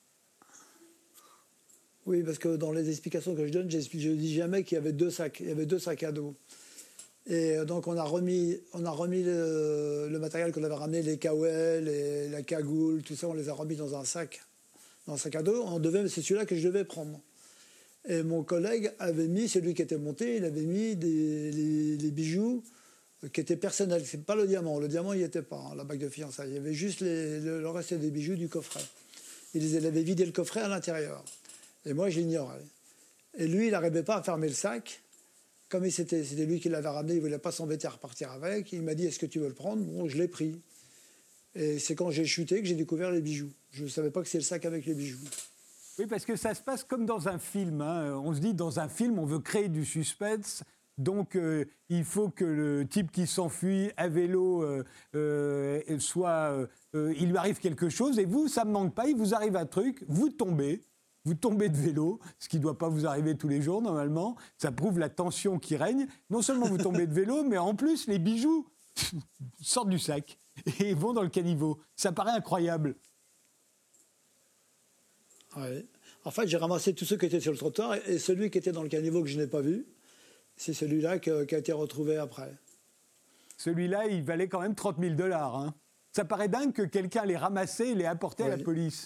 Oui, parce que dans les explications que je donne, je ne dis jamais qu'il y avait deux sacs, il y avait deux sacs à dos. Et donc on a remis, on a remis le, le matériel qu'on avait ramené, les kawels, les, la cagoule, tout ça, on les a remis dans un sac, dans un sac à dos. On devait, c'est celui-là que je devais prendre. Et mon collègue avait mis, celui qui était monté, il avait mis des, les, les bijoux qui étaient personnels. C'est pas le diamant, le diamant il n'y était pas, hein, la bague de fiançailles. Il y avait juste les, le, le reste des bijoux du coffret. Il, il avait vidé le coffret à l'intérieur. Et moi, je l'ignorais. Et lui, il n'arrivait pas à fermer le sac. Comme c'était, c'était lui qui l'avait ramené, il ne voulait pas s'embêter à repartir avec. Il m'a dit, est-ce que tu veux le prendre ? Bon, je l'ai pris. Et c'est quand j'ai chuté que j'ai découvert les bijoux. Je ne savais pas que c'est le sac avec les bijoux. Oui, parce que ça se passe comme dans un film. Hein. On se dit, dans un film, on veut créer du suspense. Donc, euh, il faut que le type qui s'enfuit à vélo euh, euh, soit... Euh, il lui arrive quelque chose. Et vous, ça ne me manque pas. Il vous arrive un truc. Vous tombez. Vous tombez de vélo, ce qui ne doit pas vous arriver tous les jours normalement. Ça prouve la tension qui règne. Non seulement vous tombez de vélo, mais en plus, les bijoux sortent du sac et vont dans le caniveau. Ça paraît incroyable. Oui. En fait, j'ai ramassé tous ceux qui étaient sur le trottoir et celui qui était dans le caniveau que je n'ai pas vu, c'est celui-là que, qui a été retrouvé après. Celui-là, il valait quand même trente mille dollars. Hein. Ça paraît dingue que quelqu'un l'ait ramassé et l'ait apporté oui. à la police.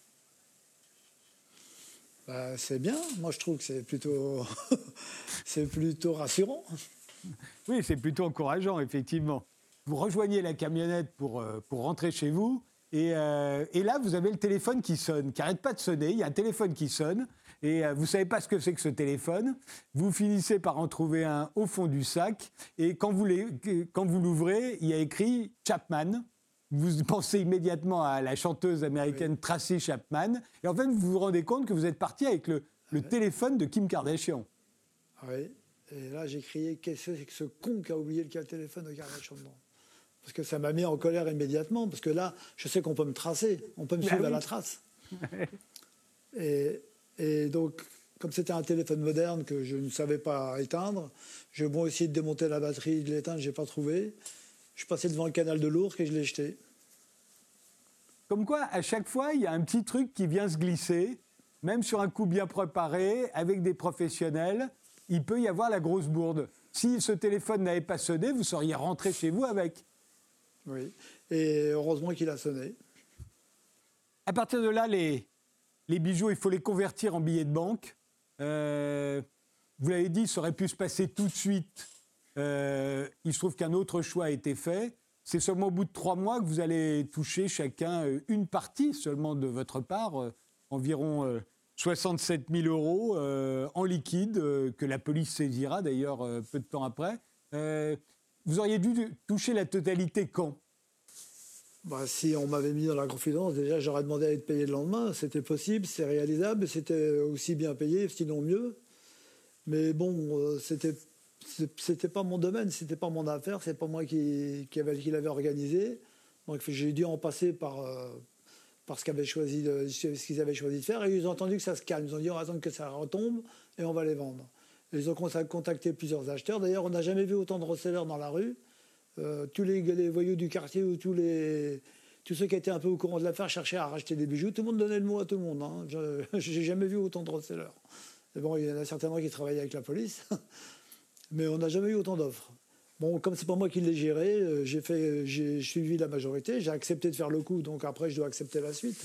Bah, c'est bien. Moi, je trouve que c'est plutôt, c'est plutôt rassurant. Oui, c'est plutôt encourageant, effectivement. Vous rejoignez la camionnette pour, euh, pour rentrer chez vous. Et, euh, et là, vous avez le téléphone qui sonne, qui n'arrête pas de sonner. Il y a un téléphone qui sonne. Et euh, vous ne savez pas ce que c'est que ce téléphone. Vous finissez par en trouver un au fond du sac. Et quand vous, les, quand vous l'ouvrez, il y a écrit Chapman. Vous pensez immédiatement à la chanteuse américaine oui. Tracy Chapman. Et en fait, vous vous rendez compte que vous êtes parti avec le, le oui. téléphone de Kim Kardashian. Oui. Et là, j'ai crié, qu'est-ce que c'est que ce con qui a oublié le téléphone de Kardashian dedans ? Parce que ça m'a mis en colère immédiatement. Parce que là, je sais qu'on peut me tracer. On peut me suivre ah oui. à la trace. et, et donc, comme c'était un téléphone moderne que je ne savais pas éteindre, j'ai beau essayer de démonter la batterie, de l'éteindre, je n'ai pas trouvé. Je suis passé devant le canal de l'Ourcq et je l'ai jeté. Comme quoi, à chaque fois, il y a un petit truc qui vient se glisser, même sur un coup bien préparé, avec des professionnels, il peut y avoir la grosse bourde. Si ce téléphone n'avait pas sonné, vous seriez rentré chez vous avec. Oui, et heureusement qu'il a sonné. À partir de là, les, les bijoux, il faut les convertir en billets de banque. Euh, vous l'avez dit, ça aurait pu se passer tout de suite. Euh, il se trouve qu'un autre choix a été fait. C'est seulement au bout de trois mois que vous allez toucher chacun une partie seulement de votre part, euh, environ euh, soixante-sept mille euros euh, en liquide, euh, que la police saisira d'ailleurs euh, peu de temps après. Euh, vous auriez dû toucher la totalité quand ? Bah, si on m'avait mis dans la confidence, déjà j'aurais demandé à être payé le lendemain. C'était possible, c'est réalisable, c'était aussi bien payé, sinon mieux. Mais bon, euh, c'était... C'était pas mon domaine, c'était pas mon affaire, c'est pas moi qui, qui, avait, qui l'avais organisé. Donc j'ai dû en passer par, euh, par ce, qu'avaient choisi de, ce qu'ils avaient choisi de faire. Et ils ont entendu que ça se calme. Ils ont dit on va attendre que ça retombe et on va les vendre. Et ils ont contacté plusieurs acheteurs. D'ailleurs, on n'a jamais vu autant de resellers dans la rue. Euh, tous les, les voyous du quartier ou tous, les, tous ceux qui étaient un peu au courant de l'affaire cherchaient à racheter des bijoux. Tout le monde donnait le mot à tout le monde. Hein. Je n'ai jamais vu autant de resellers. Et bon, il y en a certainement qui travaillaient avec la police. Mais on n'a jamais eu autant d'offres. Bon, comme c'est pas moi qui l'ai géré, j'ai, fait, j'ai suivi la majorité, j'ai accepté de faire le coup, donc après je dois accepter la suite.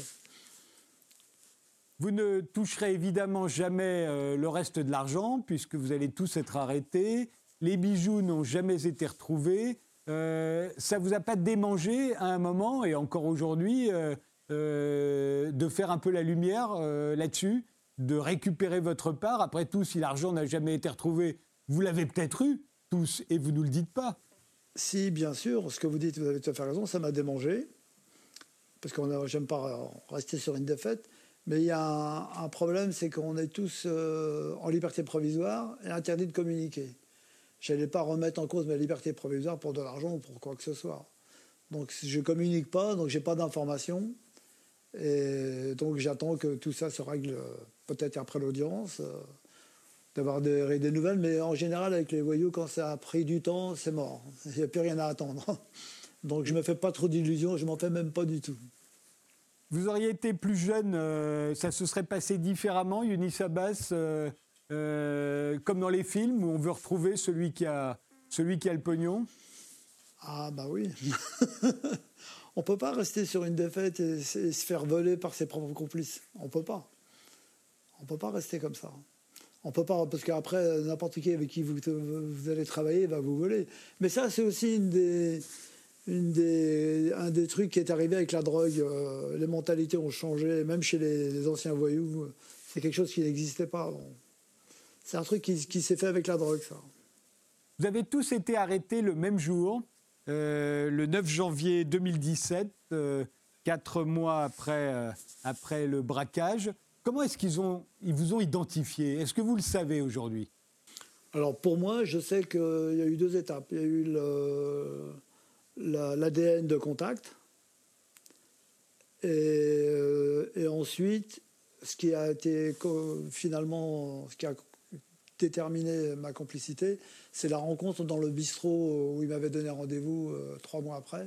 Vous ne toucherez évidemment jamais euh, le reste de l'argent, puisque vous allez tous être arrêtés. Les bijoux n'ont jamais été retrouvés. Euh, ça ne vous a pas démangé à un moment, et encore aujourd'hui, euh, euh, de faire un peu la lumière euh, là-dessus, de récupérer votre part. Après tout, si l'argent n'a jamais été retrouvé, vous l'avez peut-être eu, tous, et vous ne nous le dites pas. Si, bien sûr, ce que vous dites, vous avez tout à fait raison, ça m'a démangé, parce que j'aime pas rester sur une défaite, mais il y a un, un problème, c'est qu'on est tous euh, en liberté provisoire et interdit de communiquer. Je n'allais pas remettre en cause ma liberté provisoire pour de l'argent ou pour quoi que ce soit. Donc je ne communique pas, donc je n'ai pas d'informations, et donc j'attends que tout ça se règle peut-être après l'audience, euh, d'avoir des, des nouvelles, mais en général, avec les voyous, quand ça a pris du temps, c'est mort. Il n'y a plus rien à attendre. Donc je ne me fais pas trop d'illusions, je ne m'en fais même pas du tout. Vous auriez été plus jeune, euh, ça se serait passé différemment, Younis Abbas, euh, euh, comme dans les films, où on veut retrouver celui qui a, celui qui a le pognon ? Ah bah oui. On ne peut pas rester sur une défaite et, et se faire voler par ses propres complices. On ne peut pas. On ne peut pas rester comme ça. On peut pas, parce qu'après, n'importe qui avec qui vous, vous allez travailler va vous voler. Mais ça, c'est aussi une des, une des, un des trucs qui est arrivé avec la drogue. Euh, les mentalités ont changé, même chez les, les anciens voyous. C'est quelque chose qui n'existait pas avant. C'est un truc qui, qui s'est fait avec la drogue, ça. Vous avez tous été arrêtés le même jour, euh, le neuf janvier deux mille dix-sept, euh, quatre mois après, euh, après le braquage. Comment est-ce qu'ils ont, ils vous ont identifié ? Est-ce que vous le savez aujourd'hui ? Alors pour moi, je sais qu'il y a eu deux étapes. Il y a eu le, la, l'A D N de contact. Et, et ensuite, ce qui a été finalement, ce qui a déterminé ma complicité, c'est la rencontre dans le bistrot où il m'avait donné rendez-vous euh, trois mois après,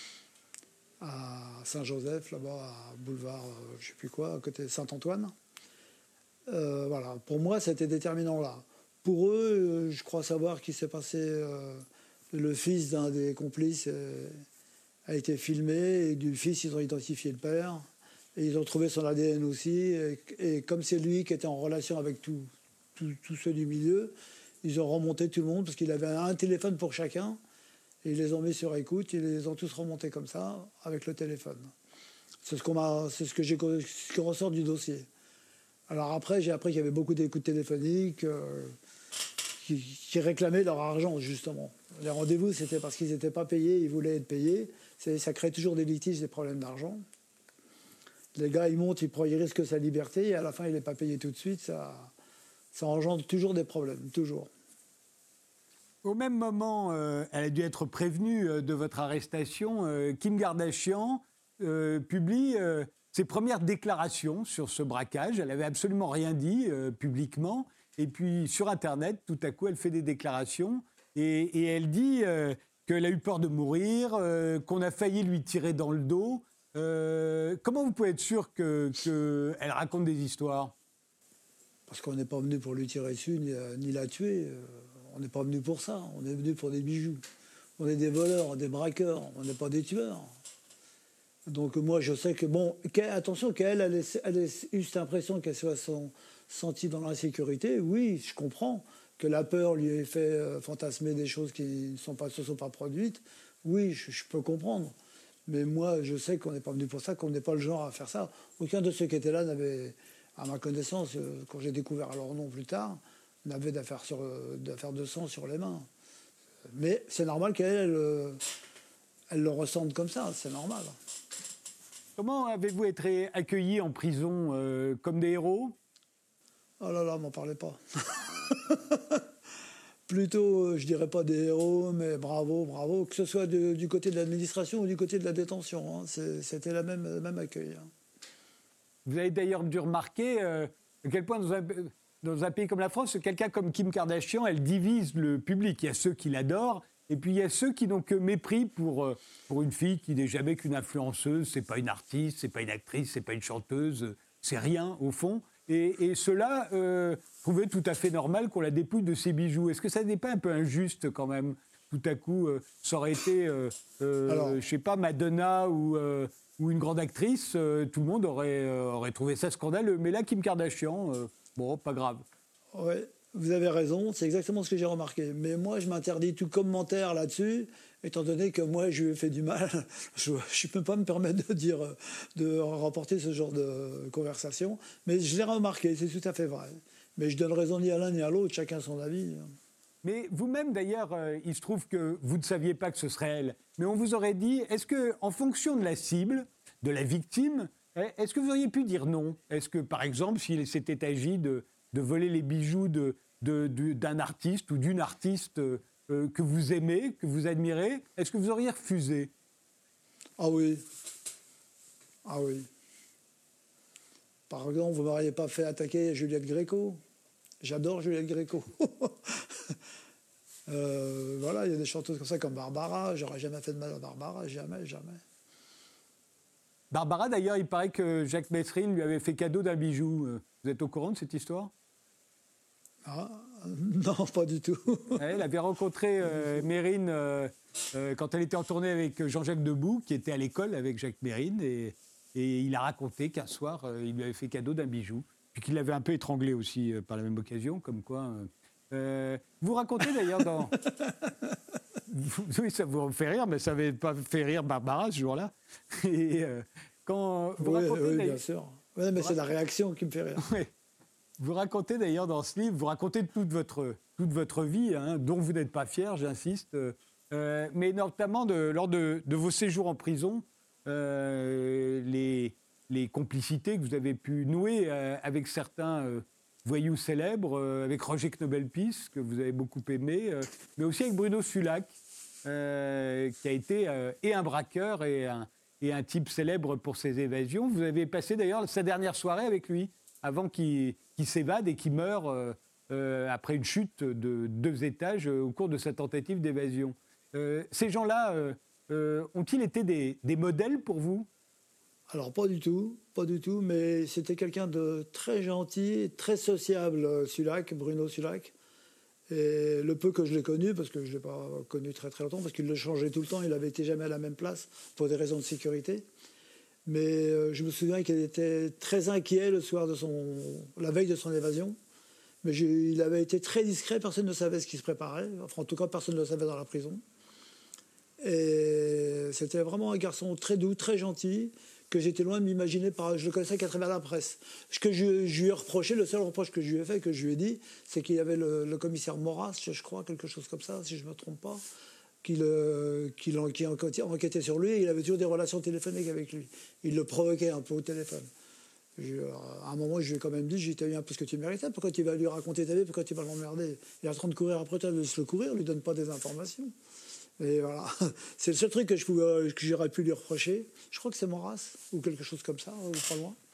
à Saint-Joseph, là-bas, à boulevard, euh, je ne sais plus quoi, à côté de Saint-Antoine. Euh, voilà, pour moi, c'était déterminant là. Pour eux, euh, je crois savoir qu'il s'est passé. Euh, le fils d'un des complices euh, a été filmé, et du fils, ils ont identifié le père. Et ils ont trouvé son A D N aussi. Et, et comme c'est lui qui était en relation avec tous tout, ceux du milieu, ils ont remonté tout le monde, parce qu'il avait un téléphone pour chacun. Et ils les ont mis sur écoute, ils les ont tous remontés comme ça, avec le téléphone. C'est ce, qu'on m'a, c'est ce, que j'ai, ce qui ressort du dossier. Alors après, j'ai appris qu'il y avait beaucoup d'écoutes téléphoniques euh, qui, qui réclamaient leur argent, justement. Les rendez-vous, c'était parce qu'ils n'étaient pas payés, ils voulaient être payés. C'est, ça crée toujours des litiges, des problèmes d'argent. Les gars, ils montent, ils, ils risquent sa liberté, et à la fin, il n'est pas payé tout de suite. Ça, ça engendre toujours des problèmes, toujours. Au même moment, euh, elle a dû être prévenue euh, de votre arrestation. Euh, Kim Kardashian euh, publie euh, ses premières déclarations sur ce braquage. Elle n'avait absolument rien dit euh, publiquement. Et puis, sur Internet, tout à coup, elle fait des déclarations. Et, et elle dit euh, qu'elle a eu peur de mourir, euh, qu'on a failli lui tirer dans le dos. Euh, comment vous pouvez être sûr qu'elle que raconte des histoires? Parce qu'on n'est pas venu pour lui tirer dessus ni, ni la tuer. On n'est pas venu pour ça. On est venu pour des bijoux. On est des voleurs, des braqueurs. On n'est pas des tueurs. Donc moi, je sais que... Bon, attention, qu'elle elle ait, elle ait eu cette impression qu'elle soit son, sentie dans l'insécurité. Oui, je comprends. Que la peur lui ait fait euh, fantasmer des choses qui ne sont pas, se sont pas produites. Oui, je, je peux comprendre. Mais moi, je sais qu'on n'est pas venu pour ça, qu'on n'est pas le genre à faire ça. Aucun de ceux qui étaient là n'avait, à ma connaissance, euh, quand j'ai découvert leur nom plus tard, n'avait d'affaires, sur, euh, d'affaires de sang sur les mains. Mais c'est normal qu'elle elle, euh, elle le ressente comme ça, c'est normal. Comment avez-vous été accueillis en prison euh, comme des héros? Oh là là, m'en parlez pas. Plutôt, je dirais pas des héros, mais bravo, bravo, que ce soit de, du côté de l'administration ou du côté de la détention. Hein. C'était la même, le même accueil. Hein. Vous avez d'ailleurs dû remarquer euh, à quel point dans un, dans un pays comme la France, quelqu'un comme Kim Kardashian, elle divise le public. Il y a ceux qui l'adorent, et puis il y a ceux qui n'ont que mépris pour, euh, pour une fille qui n'est jamais qu'une influenceuse. C'est pas une artiste, c'est pas une actrice, c'est pas une chanteuse, c'est rien au fond. Et, et ceux-là euh, trouvaient tout à fait normal qu'on la dépouille de ses bijoux. Est-ce que ça n'est pas un peu injuste quand même? Tout à coup, euh, ça aurait été, euh, euh, Alors, je ne sais pas, Madonna ou, euh, ou une grande actrice, euh, tout le monde aurait, euh, aurait trouvé ça scandaleux. Mais là, Kim Kardashian, euh, bon, pas grave. Oui, vous avez raison, c'est exactement ce que j'ai remarqué. Mais moi, je m'interdis tout commentaire là-dessus, étant donné que moi, je lui ai fait du mal. Je ne peux pas me permettre de dire, de rapporter ce genre de conversation. Mais je l'ai remarqué, c'est tout à fait vrai. Mais je donne raison ni à l'un ni à l'autre, chacun son avis. Mais vous-même, d'ailleurs, euh, il se trouve que vous ne saviez pas que ce serait elle. Mais on vous aurait dit, est-ce qu'en fonction de la cible, de la victime, est-ce que vous auriez pu dire non? Est-ce que, par exemple, s'il s'était agi de, de voler les bijoux de, de, de, d'un artiste ou d'une artiste euh, que vous aimez, que vous admirez, est-ce que vous auriez refusé? Ah oui. Ah oui. Par exemple, vous ne m'auriez pas fait attaquer Juliette Gréco. J'adore Juliette Gréco. euh, voilà, il y a des chanteuses comme ça comme Barbara. J'aurais jamais fait de mal à Barbara, jamais, jamais. Barbara, d'ailleurs, il paraît que Jacques Messrine lui avait fait cadeau d'un bijou. Vous êtes au courant de cette histoire? Ah, non, pas du tout. Elle avait rencontré euh, Mérine euh, euh, quand elle était en tournée avec Jean-Jacques Debout, qui était à l'école avec Jacques Mérine, et, et il a raconté qu'un soir, euh, il lui avait fait cadeau d'un bijou, puis qu'il l'avait un peu étranglé aussi euh, par la même occasion, comme quoi... Euh, euh, vous racontez d'ailleurs dans... Oui, ça vous fait rire, mais ça n'avait pas fait rire Barbara ce jour-là. Et euh, quand vous oui, racontez... Oui, bien sûr. Oui, mais c'est la réaction qui me fait rire. Oui. Vous racontez d'ailleurs dans ce livre, vous racontez toute votre, toute votre vie, hein, dont vous n'êtes pas fier, j'insiste, euh, mais notamment de, lors de, de vos séjours en prison, euh, les, les complicités que vous avez pu nouer euh, avec certains euh, voyous célèbres, euh, avec Roger Knobelpis, que vous avez beaucoup aimé, euh, mais aussi avec Bruno Sulac, euh, qui a été euh, et un braqueur et un, et un type célèbre pour ses évasions. Vous avez passé d'ailleurs sa dernière soirée avec lui, avant qu'il, qu'il s'évade et qu'il meure euh, euh, après une chute de deux étages euh, au cours de sa tentative d'évasion. Euh, ces gens-là, euh, euh, ont-ils été des, des modèles pour vous? Alors, pas du tout, pas du tout, mais c'était quelqu'un de très gentil, très sociable, Sulac, Bruno Sulac. Et le peu que je l'ai connu, parce que je ne l'ai pas connu très très longtemps, parce qu'il le changeait tout le temps, il n'avait été jamais à la même place pour des raisons de sécurité. Mais euh, je me souviens qu'il était très inquiet le soir de son, la veille de son évasion. Mais j'ai, il avait été très discret, personne ne savait ce qui se préparait. Enfin, en tout cas, personne ne le savait dans la prison. Et c'était vraiment un garçon très doux, très gentil, que j'étais loin de m'imaginer, par, je le connaissais qu'à travers la presse. Ce que je, je lui ai reproché, le seul reproche que je lui ai fait, que je lui ai dit, c'est qu'il y avait le, le commissaire Maurras, je crois, quelque chose comme ça, si je ne me trompe pas, Qu'il, euh, qu'il en, qui enquêtait sur lui, et il avait toujours des relations téléphoniques avec lui. Il le provoquait un peu au téléphone. Je, à un moment, je lui ai quand même dit, j'ai dit, un peu ce que tu méritais, pourquoi tu vas lui raconter ta vie, pourquoi tu vas l'emmerder? Il est en train de courir après toi, de se le courir, lui donne pas des informations. Et voilà, c'est le seul truc que, je pouvais, que j'aurais pu lui reprocher. Je crois que c'est Maurras, ou quelque chose comme ça, ou pas loin.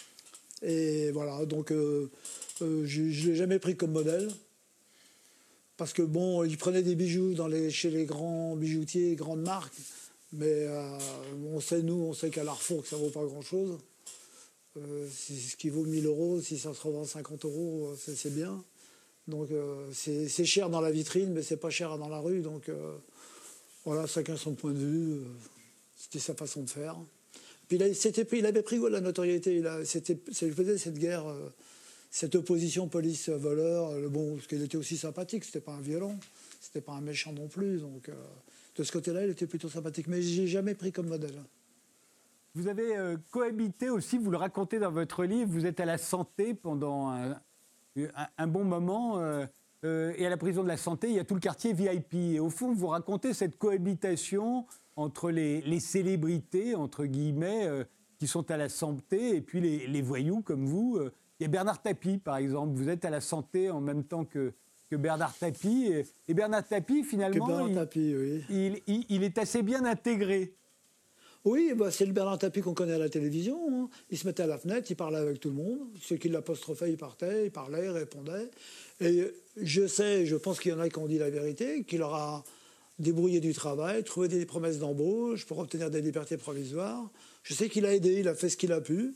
Et voilà, donc euh, euh, je ne l'ai jamais pris comme modèle. Parce que bon, il prenait des bijoux dans les, chez les grands bijoutiers, grandes marques. Mais euh, on sait, nous, on sait qu'à Larfour, que ça ne vaut pas grand-chose. Euh, ce qui vaut mille euros, si ça se revend cinquante euros, c'est, c'est bien. Donc euh, c'est, c'est cher dans la vitrine, mais c'est pas cher dans la rue. Donc euh, voilà, chacun son point de vue. Euh, c'était sa façon de faire. Puis là, il, il avait pris goût à la notoriété. Il, a, c'était, il faisait cette guerre, euh, cette opposition police-voleur. Euh, bon, parce qu'il était aussi sympathique, c'était pas un violent, c'était pas un méchant non plus. Donc euh, de ce côté-là, il était plutôt sympathique. Mais j'ai jamais pris comme modèle. Vous avez euh, cohabité aussi, vous le racontez dans votre livre, vous êtes à la Santé pendant un, un, un bon moment, euh, euh, et à la prison de la Santé, il y a tout le quartier V I P. Et au fond, vous racontez cette cohabitation entre les, les célébrités, entre guillemets, euh, qui sont à la Santé, et puis les, les voyous comme vous. Euh, il y a Bernard Tapie, par exemple, vous êtes à la Santé en même temps que, que Bernard Tapie. Et, et Bernard Tapie, finalement, Bernard il, Tapie, oui. il, il, il est assez bien intégré. Oui, bah c'est le Bernard Tapie qu'on connaît à la télévision. Hein. Il se mettait à la fenêtre, il parlait avec tout le monde. Ceux qui l'apostrophaient, il partait, il parlait, il répondait. Et je sais, je pense qu'il y en a qui ont dit la vérité, qu'il leur a débrouillé du travail, trouvé des promesses d'embauche pour obtenir des libertés provisoires. Je sais qu'il a aidé, il a fait ce qu'il a pu.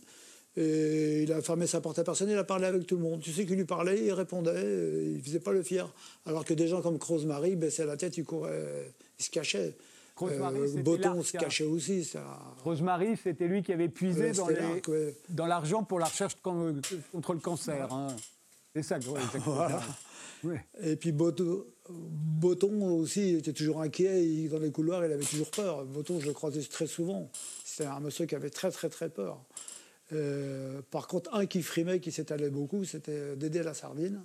Et il a fermé sa porte à personne, il a parlé avec tout le monde. Tu sais qu'il lui parlait, il répondait, il ne faisait pas le fier. Alors que des gens comme Crozemarie baissaient la tête, ils couraient, ils se cachaient. Euh, Botton se cachait aussi. Ça... Crozemarie, c'était lui qui avait puisé ouais, dans, les, ouais. dans l'argent pour la recherche contre le cancer. Hein. C'est ça, ouais, voilà. Ouais. Et puis Botton, Botton aussi, il était toujours inquiet. Il, dans les couloirs, il avait toujours peur. Botton, je le croisais très souvent. C'était un monsieur qui avait très, très, très peur. Euh, par contre, un qui frimait, qui s'étalait beaucoup, c'était Dédé Lassardine.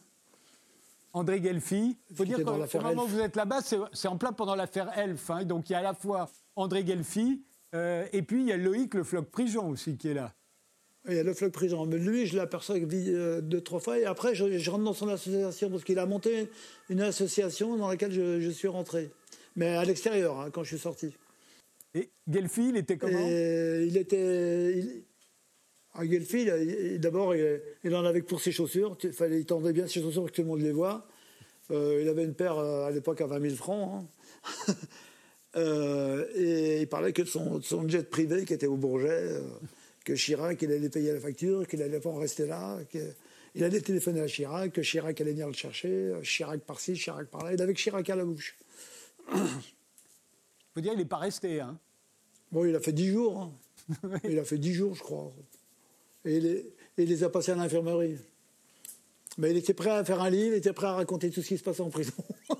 André Guelfi. Il faut dire qu'au moment où vous êtes là-bas, c'est, c'est en plein pendant l'affaire Elf. Hein, donc il y a à la fois André Guelfi euh, et puis il y a Loïc Le Floch Prigent aussi qui est là. Il y a Le Floch Prigent. Mais lui, je l'aperçois euh, deux, trois fois. Et après, je, je rentre dans son association parce qu'il a monté une association dans laquelle je, je suis rentré. Mais à l'extérieur, hein, quand je suis sorti. Et Guelfi, il était comment ? et Il était... Il... À Guelfi, il, d'abord, il, il en avait pour ses chaussures. Il, fallait, il tendait bien ses chaussures pour que tout le monde les voit. Euh, il avait une paire à l'époque à vingt mille francs. Hein. euh, et il parlait que de son, de son jet privé qui était au Bourget, euh, que Chirac, il allait payer la facture, qu'il n'allait pas en rester là. Il allait téléphoner à Chirac, que Chirac allait venir le chercher. Chirac par-ci, Chirac par-là. Il avait que Chirac à la bouche. Il faut dire qu'il n'est pas resté. Hein. Bon, il a fait dix jours. Hein. Il a fait dix jours, je crois. Et il, est, il les a passés à l'infirmerie. Mais il était prêt à faire un livre, il était prêt à raconter tout ce qui se passait en prison.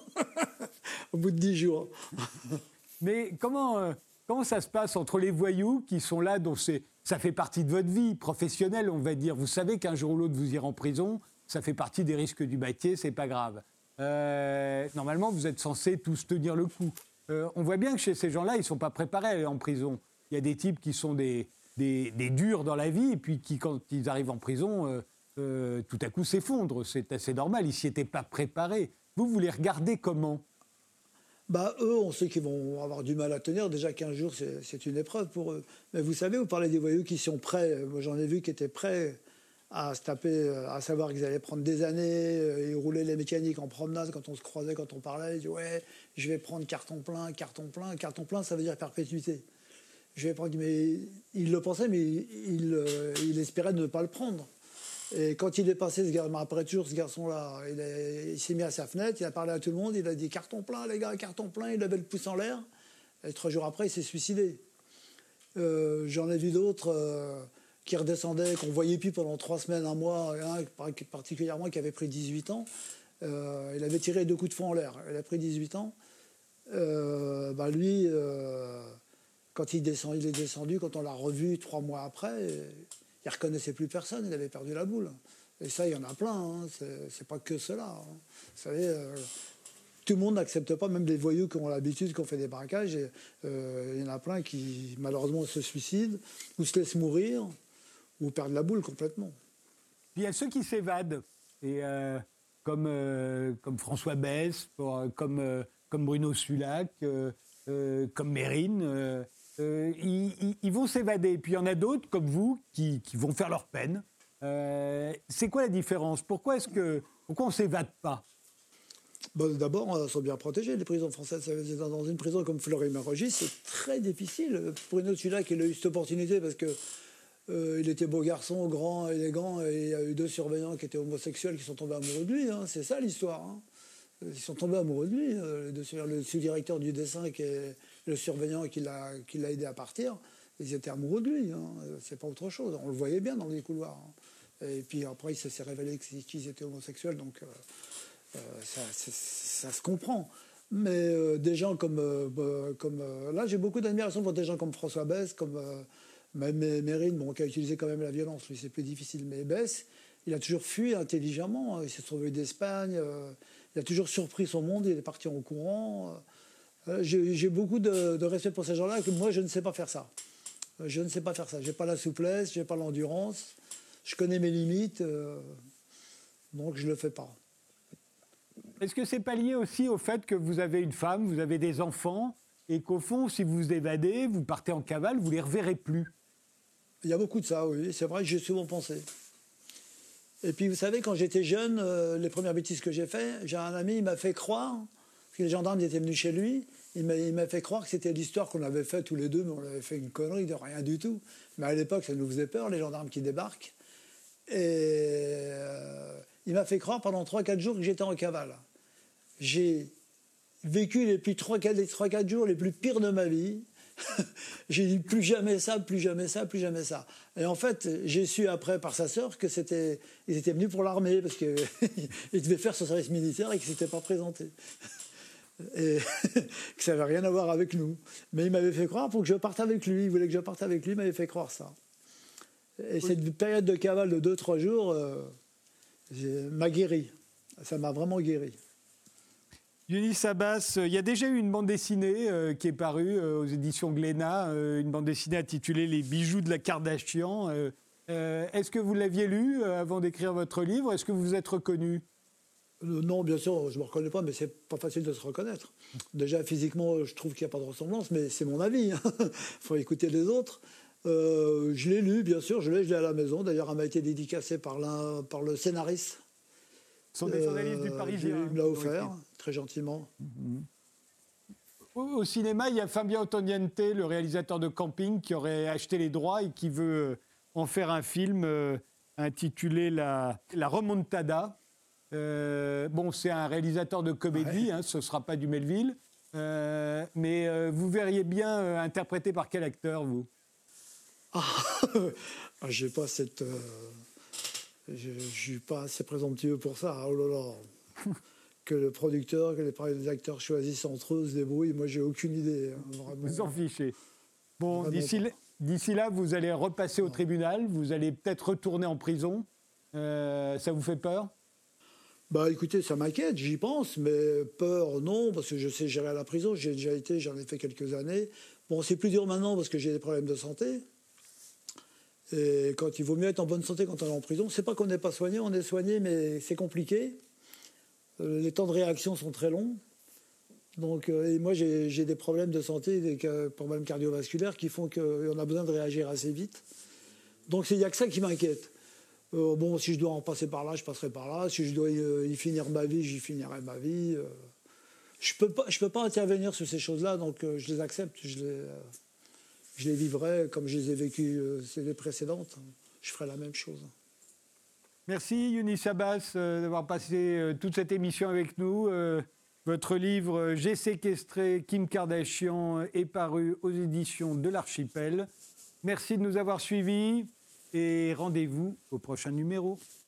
Au bout de dix jours. Mais comment, euh, comment ça se passe entre les voyous qui sont là, dont c'est, ça fait partie de votre vie professionnelle, on va dire. Vous savez qu'un jour ou l'autre, vous irez en prison. Ça fait partie des risques du métier, c'est pas grave. Euh, normalement, vous êtes censés tous tenir le coup. Euh, on voit bien que chez ces gens-là, ils ne sont pas préparés à aller en prison. Il y a des types qui sont des... Des, des durs dans la vie, et puis qui, quand ils arrivent en prison, euh, euh, tout à coup s'effondrent. C'est assez normal, ils ne s'y étaient pas préparés. Vous, vous les regardez comment ? Bah, eux, on sait qu'ils vont avoir du mal à tenir. Déjà quinze jours, c'est, c'est une épreuve pour eux. Mais vous savez, vous parlez des voyous qui sont prêts. Moi, j'en ai vu qui étaient prêts à se taper, à savoir qu'ils allaient prendre des années. Ils roulaient les mécaniques en promenade quand on se croisait, quand on parlait. Ils disaient « Ouais, je vais prendre carton plein, carton plein. » Carton plein, ça veut dire perpétuité. Je vais prendre, mais il le pensait, mais il, il, euh, il espérait ne pas le prendre. Et quand il est passé, ce garçon, après toujours ce garçon-là, il, est, il s'est mis à sa fenêtre, il a parlé à tout le monde, il a dit carton plein, les gars, carton plein, il avait le pouce en l'air. Et trois jours après, il s'est suicidé. Euh, j'en ai vu d'autres euh, qui redescendaient, qu'on voyait plus pendant trois semaines, un mois, un particulièrement qui avait pris dix-huit ans. Euh, il avait tiré deux coups de feu en l'air. Il a pris dix-huit ans. Euh, bah lui. Euh, Quand il, descend, il est descendu, quand on l'a revu trois mois après, il ne reconnaissait plus personne, il avait perdu la boule. Et ça, il y en a plein, hein. c'est, c'est pas que cela. Hein. Vous savez, euh, tout le monde n'accepte pas, même les voyous qui ont l'habitude, qui ont fait des braquages, et, euh, il y en a plein qui, malheureusement, se suicident, ou se laissent mourir, ou perdent la boule complètement. Il y a ceux qui s'évadent, et, euh, comme, euh, comme François Besse, pour, comme, euh, comme Bruno Sulac, euh, euh, comme Mérine... Euh, Euh, ils, ils, ils vont s'évader. Puis il y en a d'autres, comme vous, qui, qui vont faire leur peine. Euh, c'est quoi la différence ? Pourquoi est-ce que, pourquoi on ne s'évade pas ? Bon, d'abord, elles sont bien protégées, les prisons françaises. Dans une prison comme Fleury-Mérogis, c'est très difficile. Pour une autre, celui-là, qui a eu cette opportunité parce que euh, il était beau garçon, grand, élégant, et il y a eu deux surveillants qui étaient homosexuels qui sont tombés amoureux de lui. Hein. C'est ça l'histoire. Hein. Ils sont tombés amoureux de lui. Les deux, le sous-directeur du dessin qui est le surveillant qui l'a, qui l'a aidé à partir, ils étaient amoureux de lui. Hein. C'est pas autre chose. On le voyait bien dans les couloirs. Hein. Et puis après, il s'est révélé qu'ils étaient homosexuels. Donc euh, euh, ça, ça se comprend. Mais euh, des gens comme... Euh, comme euh, là, j'ai beaucoup d'admiration pour des gens comme François Besse, comme... Euh, Même Mérine, bon, qui a utilisé quand même la violence, lui, c'est plus difficile. Mais Besse, il a toujours fui intelligemment. Il s'est sauvé d'Espagne. Euh, il a toujours surpris son monde. Il est parti en courant. Euh, j'ai, j'ai beaucoup de, de respect pour ces gens-là. Que moi, je ne sais pas faire ça. Euh, je ne sais pas faire ça. J'ai pas la souplesse, j'ai pas l'endurance. Je connais mes limites, euh, donc je le fais pas. Est-ce que c'est pas lié aussi au fait que vous avez une femme, vous avez des enfants, et qu'au fond, si vous vous évadez, vous partez en cavale, vous les reverrez plus? Il y a beaucoup de ça, oui. C'est vrai que j'ai souvent pensé. Et puis, vous savez, quand j'étais jeune, euh, les premières bêtises que j'ai faites, j'ai un ami, il m'a fait croire, parce que les gendarmes étaient venus chez lui, il m'a, il m'a fait croire que c'était l'histoire qu'on avait faite tous les deux, mais on avait fait une connerie de rien du tout. Mais à l'époque, ça nous faisait peur, les gendarmes qui débarquent. Et euh, il m'a fait croire pendant trois quatre jours que j'étais en cavale. J'ai vécu les plus trois quatre jours les plus pires de ma vie. J'ai dit plus jamais ça, plus jamais ça, plus jamais ça. Et en fait, j'ai su après par sa sœur que c'était, ils étaient venus pour l'armée parce qu'ils devaient faire son service militaire et qu'ils ne s'étaient pas présentés. Et que ça n'avait rien à voir avec nous. Mais il m'avait fait croire pour que je parte avec lui. Il voulait que je parte avec lui, il m'avait fait croire ça. Et oui. Cette période de cavale de deux trois jours euh, m'a guéri. Ça m'a vraiment guéri. Younous Abbas, il y a déjà eu une bande dessinée euh, qui est parue euh, aux éditions Glénat, euh, une bande dessinée intitulée Les bijoux de la Kardashian. Euh, euh, est-ce que vous l'aviez lu euh, avant d'écrire votre livre? Est-ce que vous vous êtes reconnu? euh, Non, bien sûr, je ne me reconnais pas, mais c'est pas facile de se reconnaître. Déjà, physiquement, je trouve qu'il n'y a pas de ressemblance, mais c'est mon avis. Il faut écouter les autres. Euh, je l'ai lu, bien sûr, je l'ai, je l'ai à la maison. D'ailleurs, elle m'a été dédicacée par, l'un, par le scénariste. Ce sont des journalistes euh, du Parisien. Il me l'a offert, très gentiment. Mm-hmm. Au, au cinéma, il y a Fabien Ottoniente, le réalisateur de Camping, qui aurait acheté les droits et qui veut en faire un film euh, intitulé La, La Remontada. Euh, bon, c'est un réalisateur de comédie, ouais. hein, ce ne sera pas du Melville. Euh, mais euh, vous verriez bien euh, interprété par quel acteur, vous? Ah, j'ai pas cette... Euh... Je ne suis pas assez présomptueux pour ça. Oh là là. Que le producteur, que les acteurs choisissent entre eux, se débrouillent. Moi, j'ai aucune idée. Hein, vous en fichez. Bon, d'ici, d'ici là, vous allez repasser au tribunal. Vous allez peut-être retourner en prison. Euh, ça vous fait peur? Bah, écoutez, ça m'inquiète, j'y pense. Mais peur, non, parce que je sais gérer à la prison. J'ai déjà été, j'en ai fait quelques années. Bon, c'est plus dur maintenant parce que j'ai des problèmes de santé. Et quand il vaut mieux être en bonne santé quand on est en prison, c'est pas qu'on n'est pas soigné, on est soigné, mais c'est compliqué. Les temps de réaction sont très longs. Donc, et moi, j'ai, j'ai des problèmes de santé, des problèmes cardiovasculaires qui font qu'on a besoin de réagir assez vite. Donc, il n'y a que ça qui m'inquiète. Euh, bon, si je dois en passer par là, je passerai par là. Si je dois y, y finir ma vie, j'y finirai ma vie. Euh, je peux pas, je peux pas intervenir sur ces choses-là, donc euh, je les accepte, je les... Euh, Je les vivrai comme je les ai vécues euh, les précédentes. Je ferai la même chose. Merci Younous Abbas euh, d'avoir passé euh, toute cette émission avec nous. Euh, votre livre euh, « J'ai séquestré Kim Kardashian » est paru aux éditions de l'Archipel. Merci de nous avoir suivis et rendez-vous au prochain numéro.